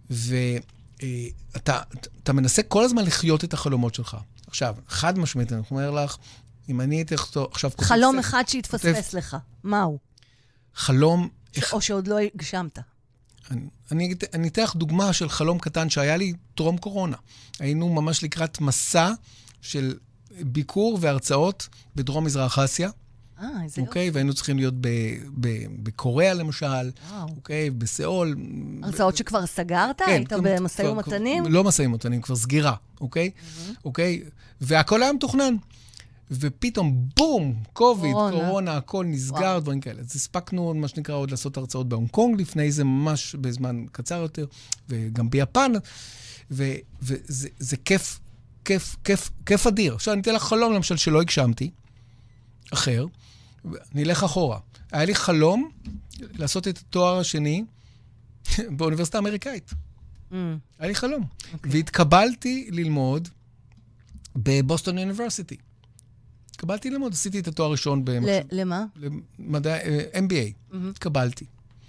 ואתה אתה מנסה כל הזמן לחיות את החלומות שלך. עכשיו, חד משמעית, אני אומר לך, אם אני הייתי עכשיו... חלום אחד שהתפספס לך, מהו? חלום... או שעוד לא הגשמת. אני, אני, אני אתן לך דוגמה של חלום קטן שהיה לי טרום קורונה. היינו ממש לקראת מסע של ביקור והרצאות בדרום מזרח אסיה. אה, איזה יופי. אוקיי, והיינו צריכים להיות בקוריאה למשל, אוקיי, בסיאול. הרצאות שכבר סגרת? היית במשאים ומתנים? לא משאים ומתנים, כבר סגירה, אוקיי? אוקיי, והכל היה מתוכנן. ופתאום, בום, קוביד, קורונה, הכל נסגר, דברים כאלה. אז הספקנו, מה שנקרא, עוד לעשות הרצאות בהונג קונג, לפני זה ממש בזמן קצר יותר, וגם ביפן, וזה כיף, כיף, כיף, כיף אדיר. עכשיו, אני אתן לך חלום, למשל, שלא הגשמתי, אחר, נלך אחורה. היה לי חלום לעשות את התואר השני באוניברסיטה האמריקאית. Mm. היה לי חלום. Okay. והתקבלתי ללמוד בבוסטון יוניברסיטי. התקבלתי ללמוד, עשיתי את התואר הראשון במחשב... למה? למדע... אם בי איי. Mm-hmm. התקבלתי.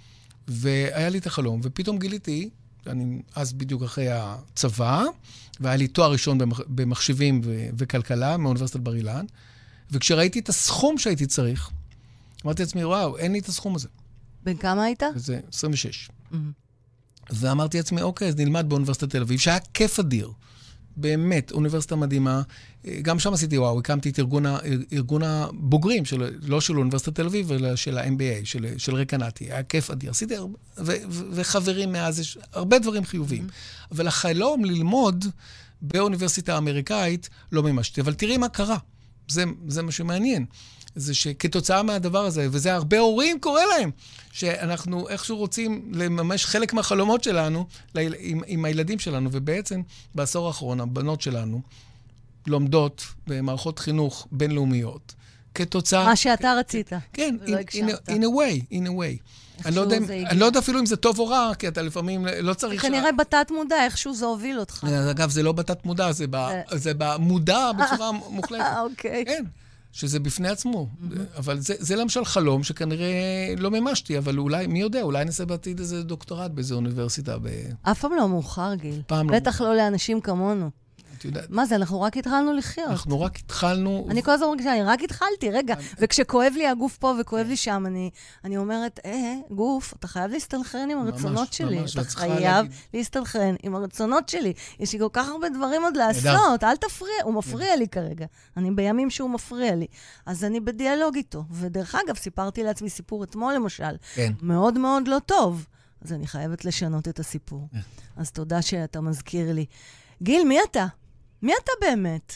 והיה לי את החלום, ופתאום גיליתי, אני אז בדיוק אחרי הצבא, והיה לי תואר ראשון במחשבים ו... וכלכלה מאוניברסיטת בר אילן, וכשראיתי את הסכום שהייתי צריך, אמרתי לעצמי, וואו, אין לי את הסכום הזה. בן כמה היית? זה עשרים ושש. Mm-hmm. ואמרתי לעצמי, אוקיי, אז נלמד באוניברסיטת תל אביב, שהיה כיף אדיר. באמת, אוניברסיטה מדהימה. גם שם עשיתי, וואו, הקמתי את ארגון, ארגון הבוגרים, של, לא של אוניברסיטת תל אביב, אלא של ה-אם בי איי, של, של רקע נתי. היה כיף אדיר. עשיתי הרבה, ו, ו, וחברים מאז, יש הרבה דברים חיוביים. Mm-hmm. אבל החלום ללמוד באוניברסיטה האמריקאית לא מימשתי. אבל תראי מה קרה. זה, זה מה שמעניין. זה שכתוצאה מהדבר הזה, וזה הרבה הורים קורא להם, שאנחנו איכשהו רוצים לממש חלק מהחלומות שלנו עם, עם הילדים שלנו, ובעצם בעשור האחרון הבנות שלנו לומדות במערכות חינוך בינלאומיות, כתוצאה... מה שאתה רצית. כן, in, in, a, in a way, in a way. אני לא, יודע, אני לא יודע אפילו אם זה טוב או רע, כי אתה לפעמים לא צריך... כנראה ש... בתת מודע, איכשהו זה הוביל אותך. אגב, זה לא בתת מודע, זה, ב... זה במודע בצורה מוחלטת. אוקיי. כן. שזה בפני עצמו. Mm-hmm. אבל זה, זה למשל חלום שכנראה לא ממשתי, אבל אולי, מי יודע, אולי נעשה בעתיד איזה דוקטורט באיזו אוניברסיטה. ב... אף פעם לא מאוחר, גיל. פעם בטח לא, לא לאנשים כמונו. את יודעת. מה זה, אנחנו רק התחלנו לחיות. אנחנו רק התחלנו... אני כל הזמן מרגישה, אני רק התחלתי, רגע. וכשכואב לי הגוף פה וכואב לי שם, אני, אני אומרת, אה, גוף, אתה חייב להסתנכרן עם הרצונות שלי. ממש, אתה חייב להסתנכרן עם הרצונות שלי. יש לי כל כך הרבה דברים עוד לעשות, אל תפריע. הוא מפריע לי כרגע. אני בימים שהוא מפריע לי. אז אני בדיאלוג איתו. ודרך אגב, סיפרתי לעצמי סיפור אתמול, למשל. כן. מאוד מאוד לא טוב. אז אני חייבת לשנות את הסיפור. אז תודה שאתה מזכיר לי. גיל, מי אתה? מי אתה באמת?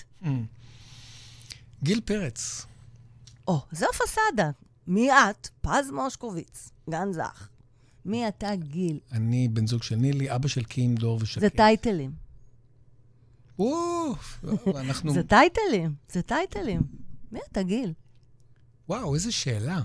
גיל פרץ. או, זו פסדה. מי את? פז מושקוביץ, גן זך. מי אתה, גיל? אני בן זוג של נילי, אבא של קים, דור ושקט. זה טייטלים. אוף, אנחנו... זה טייטלים, זה טייטלים. מי אתה, גיל? וואו, איזו שאלה.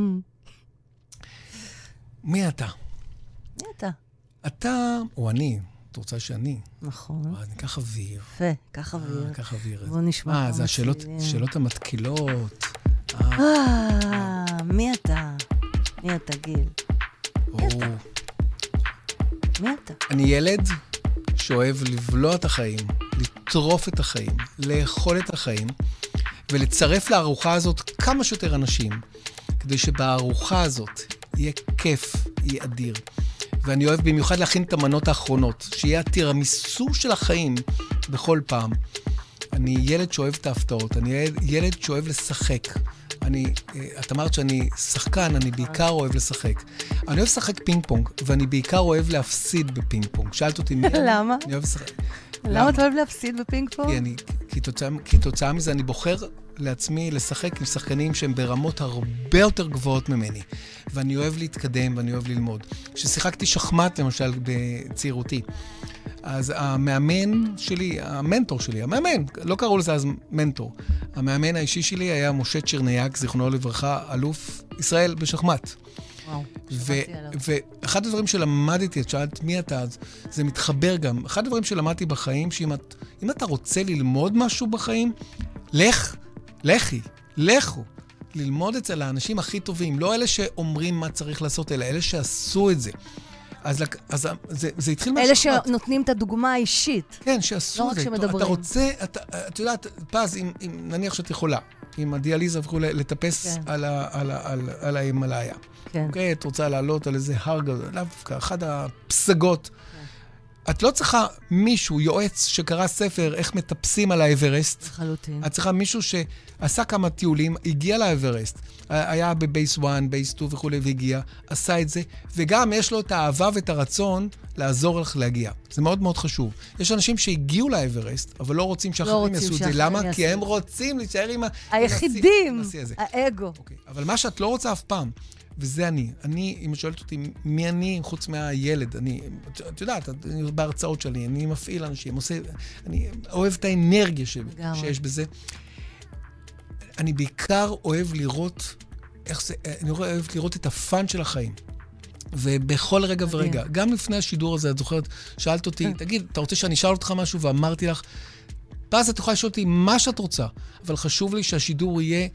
מי אתה? מי אתה? אתה, או אני. את רוצה שאני? נכון. אני אקח אוויר. יפה, קח אוויר. קח אוויר. בוא נשמע כמה אה, זה השאלות המתקילות. אה, מי אתה? מי אתה, גיל? מי אתה? מי אתה? אני ילד שאוהב לבלוע את החיים, לטרוף את החיים, לאכול את החיים, ולצרף לארוחה הזאת כמה שיותר אנשים, כדי שבארוחה הזאת יהיה כיף, יהיה אדיר. ואני אוהב במיוחד להכין את המנות האחרונות, שיהיה הטירמיסו של החיים בכל פעם. אני ילד שאוהב את ההפתעות, אני ילד שאוהב לשחק. אני, את אמרת שאני שחקן, אני בעיקר אוהב לשחק. אני אוהב לשחק פינג פונג, ואני בעיקר אוהב להפסיד בפינג פונג. שאלת אותי מי? למה? אני אוהב לשחק. למה אתה אוהב להפסיד בפינג פונג? כי אני, כי תוצאה מזה אני בוחר לעצמי לשחק עם שחקנים שהם ברמות הרבה יותר גבוהות ממני. ואני אוהב להתקדם ואני אוהב ללמוד. כששיחקתי שחמט, למשל, בצעירותי, אז המאמן שלי, המנטור שלי, המאמן, לא קראו לזה אז מנטור, המאמן האישי שלי היה משה צ'רניאק, זיכרונו לברכה, אלוף ישראל בשחמט. וואו, שמעתי עליו. ואחד הדברים שלמדתי, את שאלת מי אתה אז, זה מתחבר גם. אחד הדברים שלמדתי בחיים, שאם את, אם אתה רוצה ללמוד משהו בחיים, לך, לכי, לכו. ללמוד אצל האנשים הכי טובים, לא אלה שאומרים מה צריך לעשות, אלא אלה שעשו את זה. אז, אז זה, זה התחיל מהשחמט. אלה שנותנים את הדוגמה האישית. כן, שעשו לא את זה. רק שמדברים. אתה רוצה, אתה, את יודעת, פז, אם, אם נניח שאת יכולה, עם הדיאליזה וכו', לטפס כן. על, ה, על, ה, על, על ההימלאיה. כן. אוקיי? את רוצה לעלות על איזה הר גדול, דווקא אחד הפסגות. את לא צריכה מישהו, יועץ שקרא ספר, איך מטפסים על האברסט. לחלוטין. את צריכה מישהו שעשה כמה טיולים, הגיע לאברסט. היה בבייס אחת, בייס שתיים וכו', והגיע, עשה את זה, וגם יש לו את האהבה ואת הרצון לעזור לך להגיע. זה מאוד מאוד חשוב. יש אנשים שהגיעו לאברסט, אבל לא רוצים שאחרים יעשו את זה. למה? כי הם רוצים להישאר עם ה... היחידים, האגו. אבל מה שאת לא רוצה אף פעם, וזה אני. אני, אם את שואלת אותי, מי אני חוץ מהילד? אני, את יודעת, אני בהרצאות שלי, אני מפעיל אנשים, עושה, אני אוהב את האנרגיה ש, שיש בזה. אני בעיקר אוהב לראות, איך זה, אני אוהב לראות את הפן של החיים. ובכל רגע ורגע, גם לפני השידור הזה, את זוכרת, שאלת אותי, תגיד, אתה רוצה שאני אשאל אותך משהו? ואמרתי לך, פז, את יכולה לשאול אותי מה שאת רוצה, אבל חשוב לי שהשידור יהיה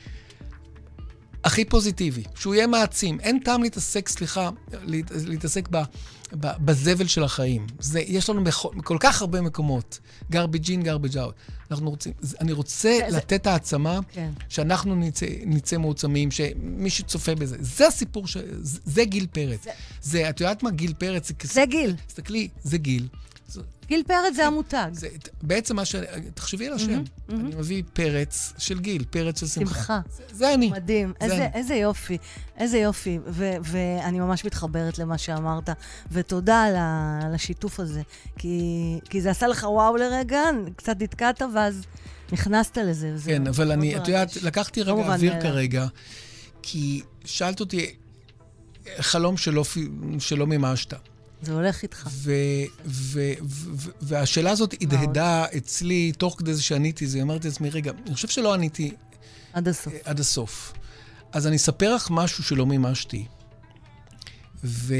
הכי פוזיטיבי, שהוא יהיה מעצים. אין טעם להתעסק, סליחה, להתעסק ב, ב, בזבל של החיים. זה, יש לנו בכל, כל כך הרבה מקומות. garbage in, garbage out. אנחנו רוצים, אני רוצה זה, לתת זה... העצמה, כן. שאנחנו נצא, נצא מעוצמים, שמי שצופה בזה. זה הסיפור, ש, זה, זה גיל פרץ. זה... זה, את יודעת מה גיל פרץ? זה, זה גיל. תסתכלי, זה גיל. גיל פרץ זה המותג. זה, בעצם מה ש... תחשבי על השם. Mm-hmm, אני mm-hmm. מביא פרץ של גיל, פרץ של שמחה. שמחה. זה, זה אני. מדהים. זה איזה, אני. איזה יופי. איזה יופי. ו- ואני ממש מתחברת למה שאמרת. ותודה על, ה- על השיתוף הזה. כי, כי זה עשה לך וואו לרגע, קצת נתקעת, ואז נכנסת לזה. כן, אבל אני, את יודעת, לקחתי רגע אוויר לה... כרגע, כי שאלת אותי, חלום שלא, שלא מימשת. זה הולך איתך. ו- ו- ו- והשאלה הזאת הדהדה אצלי, תוך כדי זה שעניתי, זה אמרתי לעצמי, רגע, אני חושב שלא עניתי עד הסוף. עד הסוף. אז אני אספר לך משהו שלא מימשתי. ו-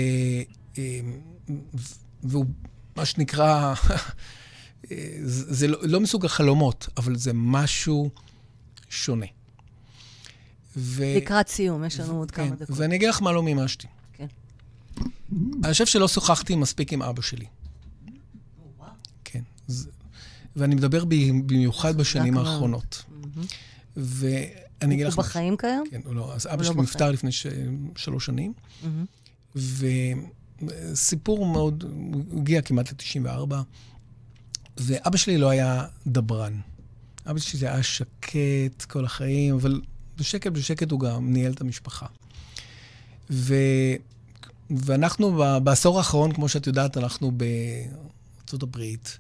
והוא מה שנקרא, זה לא, לא מסוג החלומות, אבל זה משהו שונה. ו- לקראת סיום, יש לנו עוד כן, כמה דקות. ואני אגיד לך מה לא מימשתי. אני חושב שלא שוחחתי מספיק עם אבא שלי. כן. ואני מדבר במיוחד בשנים האחרונות. ואני אגיד לך... הוא בחיים כיום? כן, הוא לא. אז אבא שלי נפטר לפני שלוש שנים. וסיפור מאוד... הוא הגיע כמעט ל-תשעים וארבע. ואבא שלי לא היה דברן. אבא שלי היה שקט כל החיים, אבל בשקט בשקט הוא גם ניהל את המשפחה. ו... ואנחנו בעשור האחרון, כמו שאת יודעת, אנחנו בארצות הברית,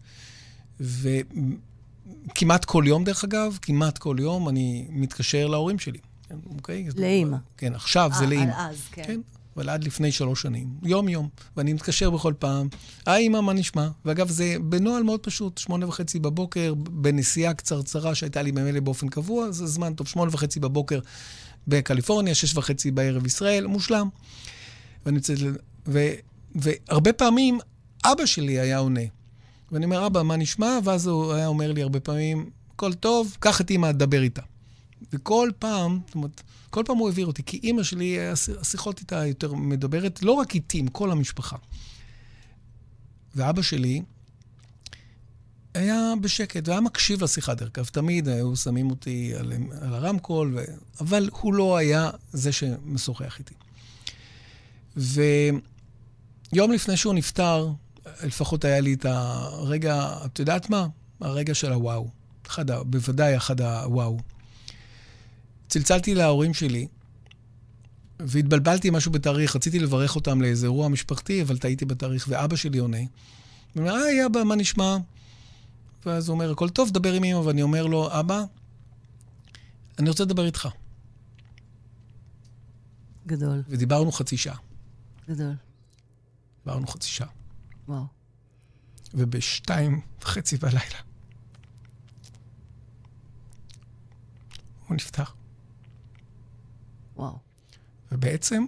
וכמעט כל יום, דרך אגב, כמעט כל יום אני מתקשר להורים שלי. אוקיי? לאמא. כן, עכשיו זה לאמא. אז, כן. כן, אבל עד לפני שלוש שנים, יום יום, ואני מתקשר בכל פעם, היי אמא, מה נשמע? ואגב, זה בנועל מאוד פשוט, שמונה וחצי בבוקר, בנסיעה קצרצרה שהייתה לי במילא באופן קבוע, זה זמן טוב, שמונה וחצי בבוקר בקליפורניה, שש וחצי בערב ישראל, מושלם. ואני מצאת, ו, והרבה פעמים אבא שלי היה עונה. ואני אומר, אבא, מה נשמע? ואז הוא היה אומר לי הרבה פעמים, הכל טוב, קח את אמא, דבר איתה. וכל פעם, זאת אומרת, כל פעם הוא העביר אותי, כי אמא שלי, השיחות איתה יותר מדברת, לא רק איתי, עם כל המשפחה. ואבא שלי היה בשקט, והיה מקשיב לשיחה דרך כלל, תמיד היו שמים אותי על, על הרמקול, ו... אבל הוא לא היה זה שמשוחח איתי. ויום לפני שהוא נפטר, לפחות היה לי את הרגע, את יודעת מה? הרגע של הוואו. אחד ה, בוודאי אחד הוואו. צלצלתי להורים שלי, והתבלבלתי משהו בתאריך, רציתי לברך אותם לאיזה אירוע משפחתי, אבל טעיתי בתאריך, ואבא שלי עונה. הוא אומר, היי אבא, מה נשמע? ואז הוא אומר, הכל טוב, דבר עם אמא, ואני אומר לו, אבא, אני רוצה לדבר איתך. גדול. ודיברנו חצי שעה. גדול. דיברנו חצי שעה. וואו. ובשתיים וחצי בלילה. הוא נפטר. וואו. ובעצם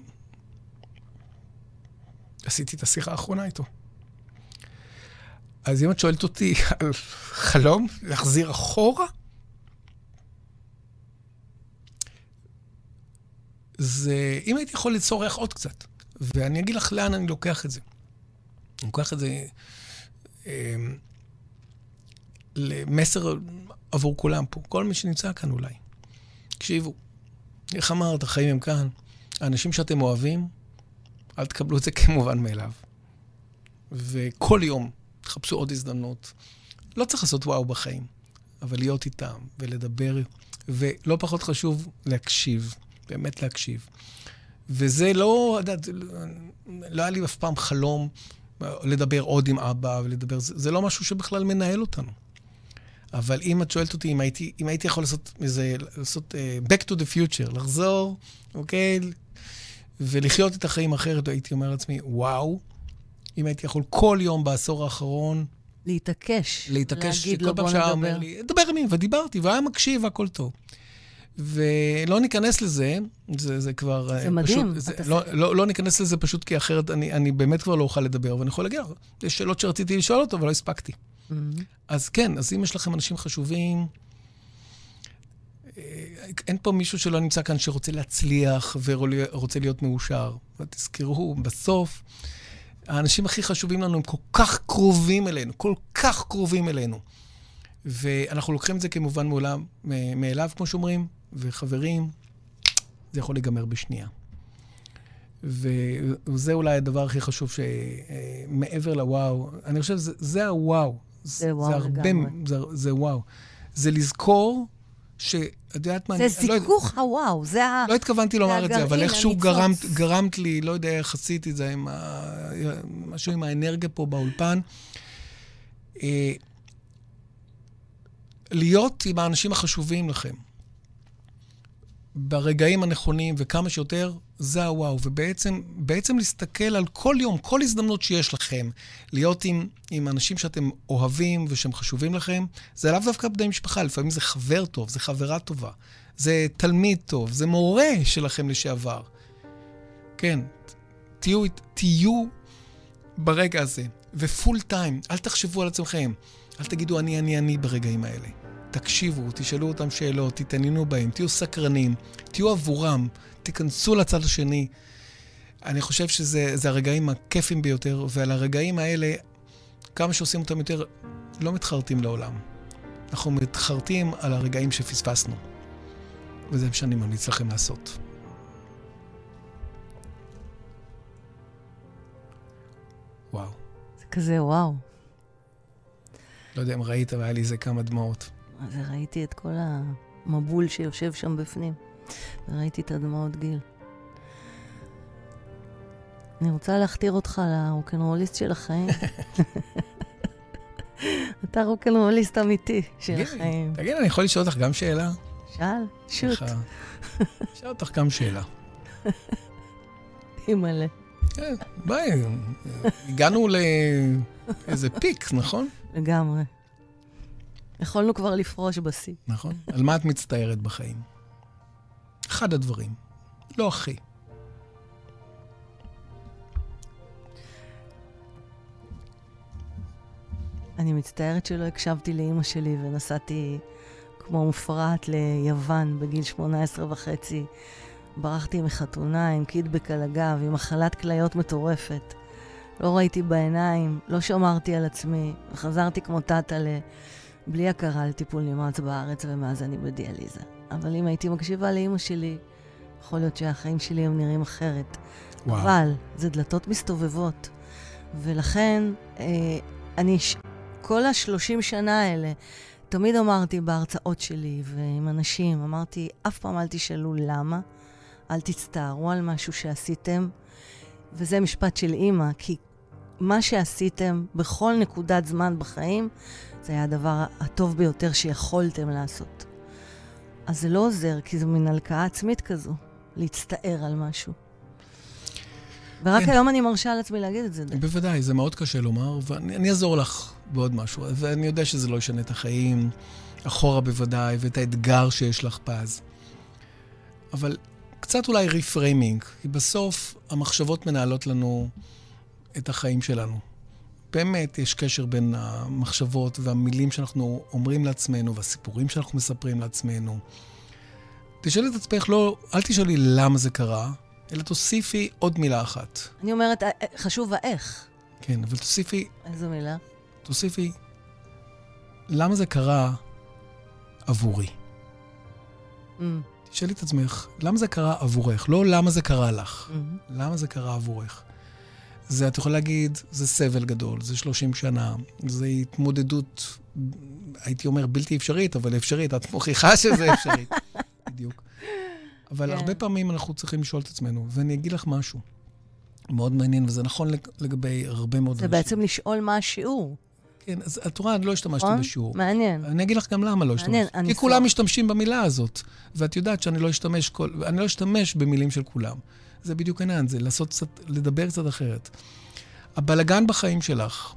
עשיתי את השיחה האחרונה איתו. אז אם את שואלת אותי על חלום, להחזיר אחורה, זה, אם הייתי יכול לצורך עוד קצת, ואני אגיד לך לאן אני לוקח את זה. אני לוקח את זה אה, למסר עבור כולם פה, כל מי שנמצא כאן אולי. תקשיבו, איך אמרת, החיים הם כאן. האנשים שאתם אוהבים, אל תקבלו את זה כמובן מאליו. וכל יום תחפשו עוד הזדמנות. לא צריך לעשות וואו בחיים, אבל להיות איתם ולדבר, ולא פחות חשוב להקשיב, באמת להקשיב. וזה לא, לא היה לי אף פעם חלום לדבר עוד עם אבא, ולדבר, זה, זה לא משהו שבכלל מנהל אותנו. אבל אם את שואלת אותי, אם הייתי, אם הייתי יכול לעשות איזה, לעשות uh, back to the future, לחזור, אוקיי, ולחיות את החיים אחרת, הייתי אומר לעצמי, וואו, אם הייתי יכול כל יום בעשור האחרון, להתעקש. להתעקש, להגיד שכל לו פעם בוא שהיה נדבר. אומר לי, דבר עם מי, ודיברתי, והיה מקשיב, והכל טוב. ולא ניכנס לזה, זה, זה כבר... זה פשוט, מדהים. זה, לא, לא, לא ניכנס לזה פשוט כי אחרת אני, אני באמת כבר לא אוכל לדבר, ואני יכול להגיד, יש שאלות שרציתי לשאול אותו, אבל לא הספקתי. Mm-hmm. אז כן, אז אם יש לכם אנשים חשובים, אין פה מישהו שלא נמצא כאן שרוצה להצליח ורוצה להיות מאושר. ותזכרו, בסוף, האנשים הכי חשובים לנו הם כל כך קרובים אלינו, כל כך קרובים אלינו. ואנחנו לוקחים את זה כמובן מעולם, מאליו, כמו שאומרים, וחברים, זה יכול להיגמר בשנייה. וזה אולי הדבר הכי חשוב שמעבר לוואו, אני חושב שזה הוואו. זה וואו לגמרי. זה, זה וואו. זה לזכור ש... יודעת מה, זה זיכוך לא, הוואו, זה ה... לא התכוונתי לומר את זה, אבל איכשהו גרמת, גרמת לי, לא יודע איך עשיתי את זה, עם ה, משהו עם האנרגיה פה באולפן. אה, להיות עם האנשים החשובים לכם, ברגעים הנכונים וכמה שיותר, זה הוואו. ובעצם בעצם להסתכל על כל יום, כל הזדמנות שיש לכם, להיות עם, עם אנשים שאתם אוהבים ושהם חשובים לכם, זה לאו דווקא בני משפחה, לפעמים זה חבר טוב, זה חברה טובה, זה תלמיד טוב, זה מורה שלכם לשעבר. כן, תהיו, תהיו ברגע הזה, ופול טיים, אל תחשבו על עצמכם, אל תגידו אני, אני, אני ברגעים האלה. תקשיבו, תשאלו אותם שאלות, תתעניינו בהם, תהיו סקרנים, תהיו עבורם, תיכנסו לצד השני. אני חושב שזה זה הרגעים הכיפים ביותר, ועל הרגעים האלה, כמה שעושים אותם יותר, לא מתחרטים לעולם. אנחנו מתחרטים על הרגעים שפספסנו. וזה מה שאני ממליץ לכם לעשות. וואו. זה כזה וואו. לא יודע אם ראית, אבל היה לי איזה כמה דמעות. אז ראיתי את כל המבול שיושב שם בפנים. וראיתי את הדמעות גיל. אני רוצה להכתיר אותך לרוקנרוליסט של החיים. אתה רוקנרוליסט אמיתי של החיים. תגיד, אני יכול לשאול אותך גם שאלה? שאל, שוט. שאל אותך גם שאלה. אימאלה. כן, ביי. הגענו לאיזה פיק, נכון? לגמרי. יכולנו כבר לפרוש בשיא. נכון. על מה את מצטערת בחיים? אחד הדברים. לא הכי. אני מצטערת שלא הקשבתי לאמא שלי ונסעתי כמו מופרעת ליוון בגיל שמונה עשרה וחצי. ברחתי מחתונה עם קידבק על הגב, עם מחלת כליות מטורפת. לא ראיתי בעיניים, לא שמרתי על עצמי, וחזרתי כמו טאטה בלי הכרה לטיפול נמרץ בארץ, ומאז אני בדיאליזה. אבל אם הייתי מקשיבה לאמא שלי, יכול להיות שהחיים שלי הם נראים אחרת. וואו. אבל זה דלתות מסתובבות. ולכן, אה, אני, כל השלושים שנה האלה, תמיד אמרתי בהרצאות שלי ועם אנשים, אמרתי, אף פעם אל תשאלו למה, אל תצטערו על משהו שעשיתם, וזה משפט של אמא, כי מה שעשיתם בכל נקודת זמן בחיים, זה היה הדבר הטוב ביותר שיכולתם לעשות. אז זה לא עוזר, כי זו מין הלקאה עצמית כזו, להצטער על משהו. ורק כן. היום אני מרשה על עצמי להגיד את זה. בוודאי, זה מאוד קשה לומר, ואני אעזור לך בעוד משהו. ואני יודע שזה לא ישנה את החיים, אחורה בוודאי, ואת האתגר שיש לך פז. אבל קצת אולי ריפריימינג, כי בסוף המחשבות מנהלות לנו את החיים שלנו. באמת יש קשר בין המחשבות והמילים שאנחנו אומרים לעצמנו, והסיפורים שאנחנו מספרים לעצמנו. תשאלי את עצמך, לא, אל תשאלי למה זה קרה, אלא תוסיפי עוד מילה אחת. אני אומרת, חשוב האיך. כן, אבל תוסיפי... איזו מילה? תוסיפי, למה זה קרה עבורי? Mm. שאלי את עצמך, למה זה קרה עבורך? לא למה זה קרה לך. Mm-hmm. למה זה קרה עבורך? זה, את יכולה להגיד, זה סבל גדול, זה שלושים שנה, זה התמודדות, הייתי אומר, בלתי אפשרית, אבל אפשרית, את מוכיחה שזה אפשרית. בדיוק. אבל כן. הרבה פעמים אנחנו צריכים לשאול את עצמנו, ואני אגיד לך משהו מאוד מעניין, וזה נכון לגבי הרבה מאוד זה אנשים. בעצם לשאול מה השיעור. כן, אז את רואה, אני לא השתמשתי נכון? בשיעור. מעניין. אני אגיד לך גם למה לא מעניין, השתמשתי. אני כי סוף. כולם משתמשים במילה הזאת, ואת יודעת שאני לא אשתמש, כל, אני לא אשתמש במילים של כולם. זה בדיוק העניין, זה לעשות קצת, לדבר קצת אחרת. הבלגן בחיים שלך,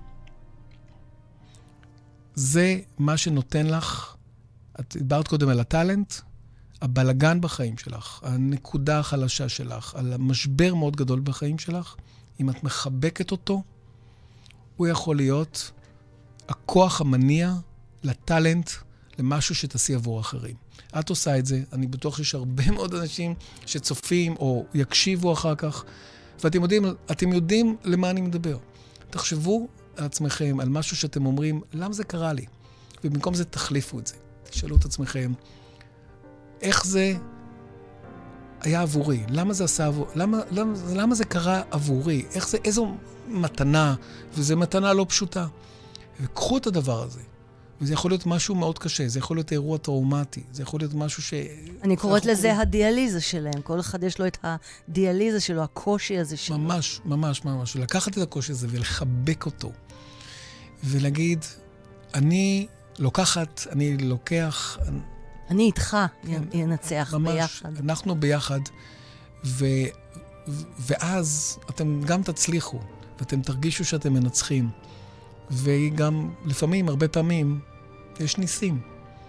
זה מה שנותן לך, את דיברת קודם על הטלנט, הבלגן בחיים שלך, הנקודה החלשה שלך, על המשבר מאוד גדול בחיים שלך, אם את מחבקת אותו, הוא יכול להיות הכוח המניע לטלנט, למשהו שתעשי עבור אחרים. את עושה את זה, אני בטוח שיש הרבה מאוד אנשים שצופים או יקשיבו אחר כך, ואתם יודעים, אתם יודעים למה אני מדבר. תחשבו על עצמכם, על משהו שאתם אומרים, למה זה קרה לי? ובמקום זה תחליפו את זה. תשאלו את עצמכם, איך זה היה עבורי? למה זה עשה עבור... למה, למה, למה זה קרה עבורי? איך זה, איזו מתנה, וזו מתנה לא פשוטה. וקחו את הדבר הזה. וזה יכול להיות משהו מאוד קשה, זה יכול להיות אירוע טראומטי, זה יכול להיות משהו ש... אני קוראת לזה קוראים... הדיאליזה שלהם. כל אחד יש לו את הדיאליזה שלו, הקושי הזה שלו. ממש, ממש, ממש. לקחת את הקושי הזה ולחבק אותו. ולהגיד, אני לוקחת, אני לוקח... אני איתך, כן, ינצח ממש, ביחד. אנחנו ביחד, ו... ואז אתם גם תצליחו, ואתם תרגישו שאתם מנצחים. וגם לפעמים, הרבה פעמים, יש ניסים.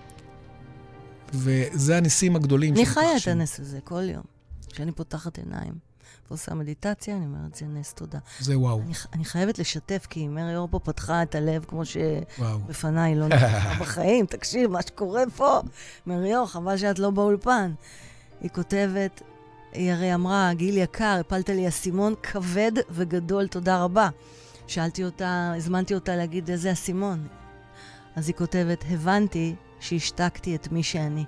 וזה הניסים הגדולים שמתרחשים. אני חיה את הנס הזה כל יום. כשאני פותחת עיניים ועושה מדיטציה, אני אומרת, זה נס תודה. זה וואו. אני, אני חייבת לשתף, כי מרי אור פה פתחה את הלב כמו שבפניי לא נפתחה בחיים. תקשיב, מה שקורה פה. מרי אור, חבל שאת לא באולפן. היא כותבת, היא הרי אמרה, גיל יקר, הפלת לי אסימון כבד וגדול, תודה רבה. שאלתי אותה, הזמנתי אותה להגיד איזה אסימון. אז היא כותבת, הבנתי שהשתקתי את מי שאני.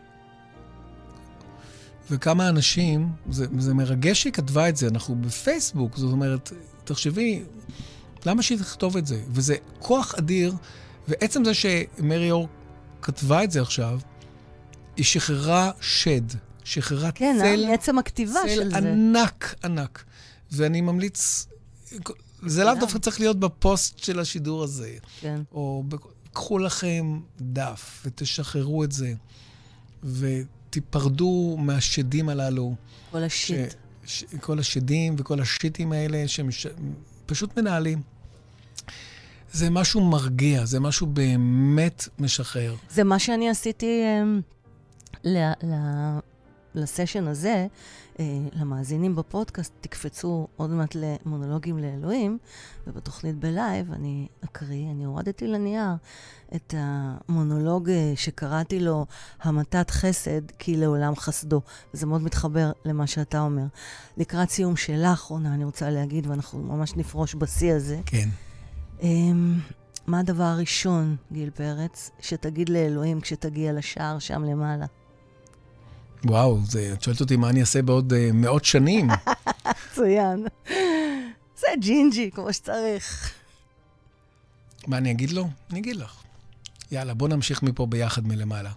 וכמה אנשים, זה, זה מרגש שהיא כתבה את זה, אנחנו בפייסבוק, זאת אומרת, תחשבי, למה שהיא תכתוב את זה? וזה כוח אדיר, ועצם זה שמרי אור כתבה את זה עכשיו, היא שחררה שד, שחררה כן, צל, כן, עצם הכתיבה צל של זה. ענק, ענק. ואני ממליץ, זה לאו דווקא צריך להיות בפוסט של השידור הזה. כן. או קחו לכם דף ותשחררו את זה, ותיפרדו מהשדים הללו. כל השיט. ש, ש, כל השדים וכל השיטים האלה שפשוט מנהלים. זה משהו מרגיע, זה משהו באמת משחרר. זה מה שאני עשיתי um, ל, ל, לסשן הזה, uh, למאזינים בפודקאסט, תקפצו עוד מעט למונולוגים לאלוהים, ובתוכנית בלייב אני אקריא, אני הורדתי לנייר את המונולוג שקראתי לו, המתת חסד, כי לעולם חסדו. וזה מאוד מתחבר למה שאתה אומר. לקראת סיום שלך, עונה, אני רוצה להגיד, ואנחנו ממש נפרוש בשיא הזה. כן. Um, מה הדבר הראשון, גיל פרץ, שתגיד לאלוהים כשתגיע לשער שם למעלה? וואו, זה, את שואלת אותי מה אני אעשה בעוד uh, מאות שנים. מצוין. זה ג'ינג'י, כמו שצריך. מה אני אגיד לו? אני אגיד לך. יאללה, בוא נמשיך מפה ביחד מלמעלה.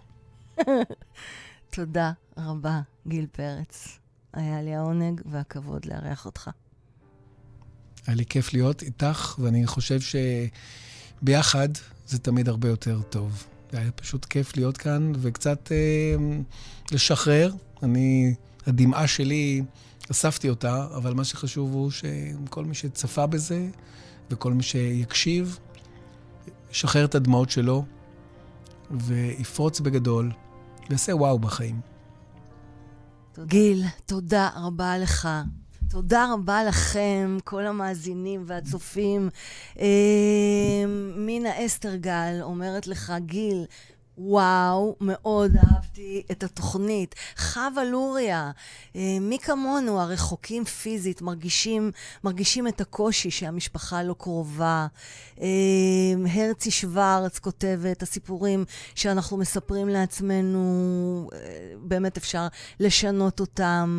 תודה רבה, גיל פרץ. היה לי העונג והכבוד לארח אותך. היה לי כיף להיות איתך, ואני חושב שביחד זה תמיד הרבה יותר טוב. זה היה פשוט כיף להיות כאן, וקצת אה, לשחרר. אני, הדמעה שלי, אספתי אותה, אבל מה שחשוב הוא שכל מי שצפה בזה, וכל מי שיקשיב, ישחרר את הדמעות שלו, ויפרוץ בגדול, ויעשה וואו בחיים. גיל, תודה רבה לך. תודה רבה לכם, כל המאזינים והצופים. מינה אסטרגל אומרת לך, גיל, וואו, מאוד אהבתי את התוכנית. חווה לוריה, מי כמונו הרחוקים פיזית, מרגישים, מרגישים את הקושי שהמשפחה לא קרובה. הרצי שוורץ כותבת, הסיפורים שאנחנו מספרים לעצמנו, באמת אפשר לשנות אותם.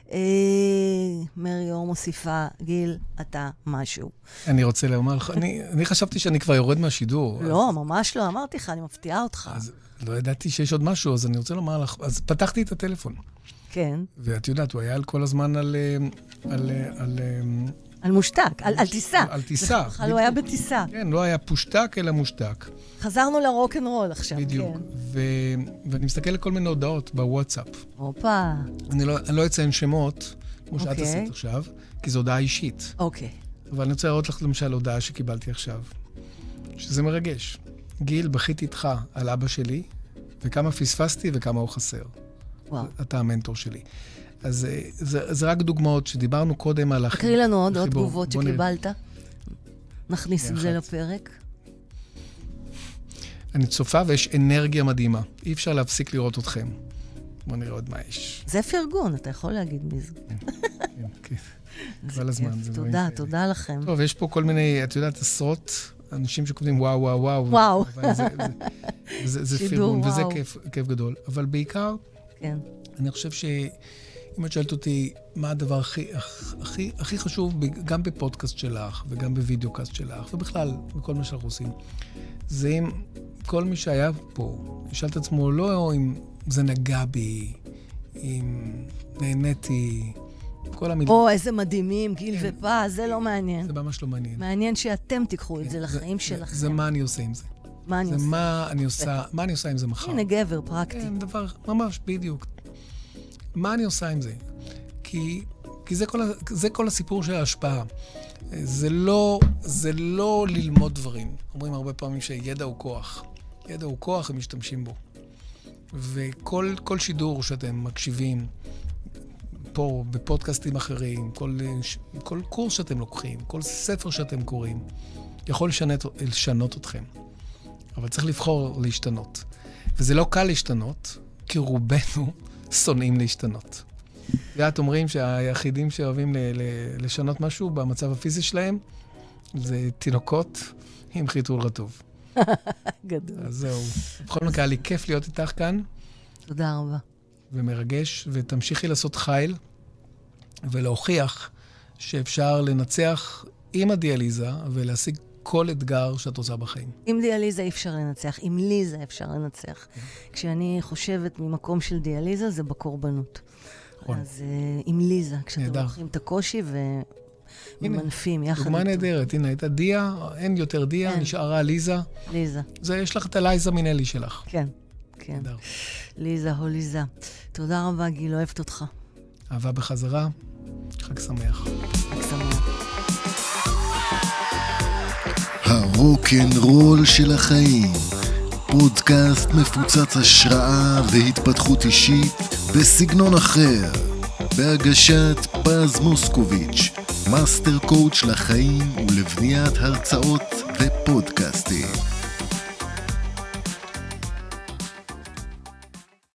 מרי אור מוסיפה, גיל, אתה משהו. אני רוצה לומר לך, אני, אני חשבתי שאני כבר יורד מהשידור. לא, אז... ממש לא, אמרתי לך, אני מפתיעה אותך. אז לא ידעתי שיש עוד משהו, אז אני רוצה לומר לך, אז פתחתי את הטלפון. כן. ואת יודעת, הוא היה על כל הזמן על... על, על, על מושתק, על, על טיסה. על טיסה. בכלל הוא היה בטיסה. כן, לא היה פושטק, אלא מושתק. חזרנו לרוק'נ'רול עכשיו, בדיוק. כן. ו... ואני מסתכל לכל מיני הודעות בוואטסאפ. הופה. אני לא, אני לא אציין שמות, כמו שאת אוקיי. עשית עכשיו, כי זו הודעה אישית. אוקיי. אבל אני רוצה לראות לך למשל הודעה שקיבלתי עכשיו, שזה מרגש. גיל, בכיתי איתך על אבא שלי, וכמה פספסתי וכמה הוא חסר. וואו. אתה המנטור שלי. אז זה, זה, זה רק דוגמאות שדיברנו קודם על החיבור. תקריא לנו עוד עוד תגובות שקיבלת. נכניס את זה יחד. לפרק. אני צופה ויש אנרגיה מדהימה. אי אפשר להפסיק לראות אתכם. בוא נראה עוד מה יש. זה פרגון, אתה יכול להגיד מי זה. כן, כן. כל הזמן. זה דברים תודה, כאלה. תודה לכם. טוב, יש פה כל מיני, את יודעת, עשרות אנשים שכותבים וואו, וואו, וואו. וואו. אבל זה, זה, זה, זה שידור, פרגון, וזה וואו. כיף, כיף גדול. אבל בעיקר, כן. אני חושב שאם את שואלת אותי מה הדבר הכי, הכי, הכי חשוב, גם בפודקאסט שלך, וגם בווידאו-קאסט שלך, ובכלל, בכל מה שאנחנו עושים, זה אם כל מי שהיה פה, ישאל את עצמו, לא אם זה נגע בי, אם נהניתי, כל המילים. או, איזה מדהימים, גיל ופז, זה לא מעניין. זה ממש לא מעניין. מעניין שאתם תיקחו את זה לחיים שלכם. זה מה אני עושה עם זה. מה אני זה עושה? מה אני עושה, מה אני עושה עם זה מחר. הנה, גבר, פרקטי. כן, דבר, ממש, בדיוק. מה אני עושה עם זה? כי, כי זה כל, ה- זה כל הסיפור של ההשפעה. זה לא, זה לא ללמוד דברים. אומרים הרבה פעמים שידע הוא כוח. ידע הוא כוח, הם משתמשים בו. וכל כל שידור שאתם מקשיבים, פה, בפודקאסטים אחרים, כל, כל קורס שאתם לוקחים, כל ספר שאתם קוראים, יכול לשנות, לשנות אתכם. אבל צריך לבחור להשתנות. וזה לא קל להשתנות, כי רובנו שונאים להשתנות. ואת אומרים שהיחידים שאוהבים ל- ל- לשנות משהו במצב הפיזי שלהם, זה תינוקות עם חיתול רטוב. גדול. אז זהו. בכל מקרה, היה לי כיף להיות איתך כאן, תודה רבה. ומרגש, ותמשיכי לעשות חייל, ולהוכיח שאפשר לנצח עם הדיאליזה, ולהשיג כל אתגר שאת עושה בחיים. עם דיאליזה אי אפשר לנצח, עם ליזה אפשר לנצח. כשאני חושבת ממקום של דיאליזה, זה בקורבנות. נכון. אז uh, עם ליזה, כשאתם נהדר. לוקחים את הקושי וממנפים יחד דוגמה איתו. נהדרת, הנה, הייתה דיה, אין יותר דיה, אין. נשארה ליזה. ליזה, זה, יש לך את אלייזה מינלי שלך. כן, כן. נהדר. ליזה או ליזה. תודה רבה, גיל, אוהבת אותך. אהבה בחזרה, חג שמח. חג שמח. הרוק'נ'רול של החיים, פודקאסט מפוצץ השראה והתפתחות אישית בסגנון אחר, בהגשת פז מוסקוביץ', מאסטר קואוץ' לחיים ולבניית הרצאות ופודקאסטים.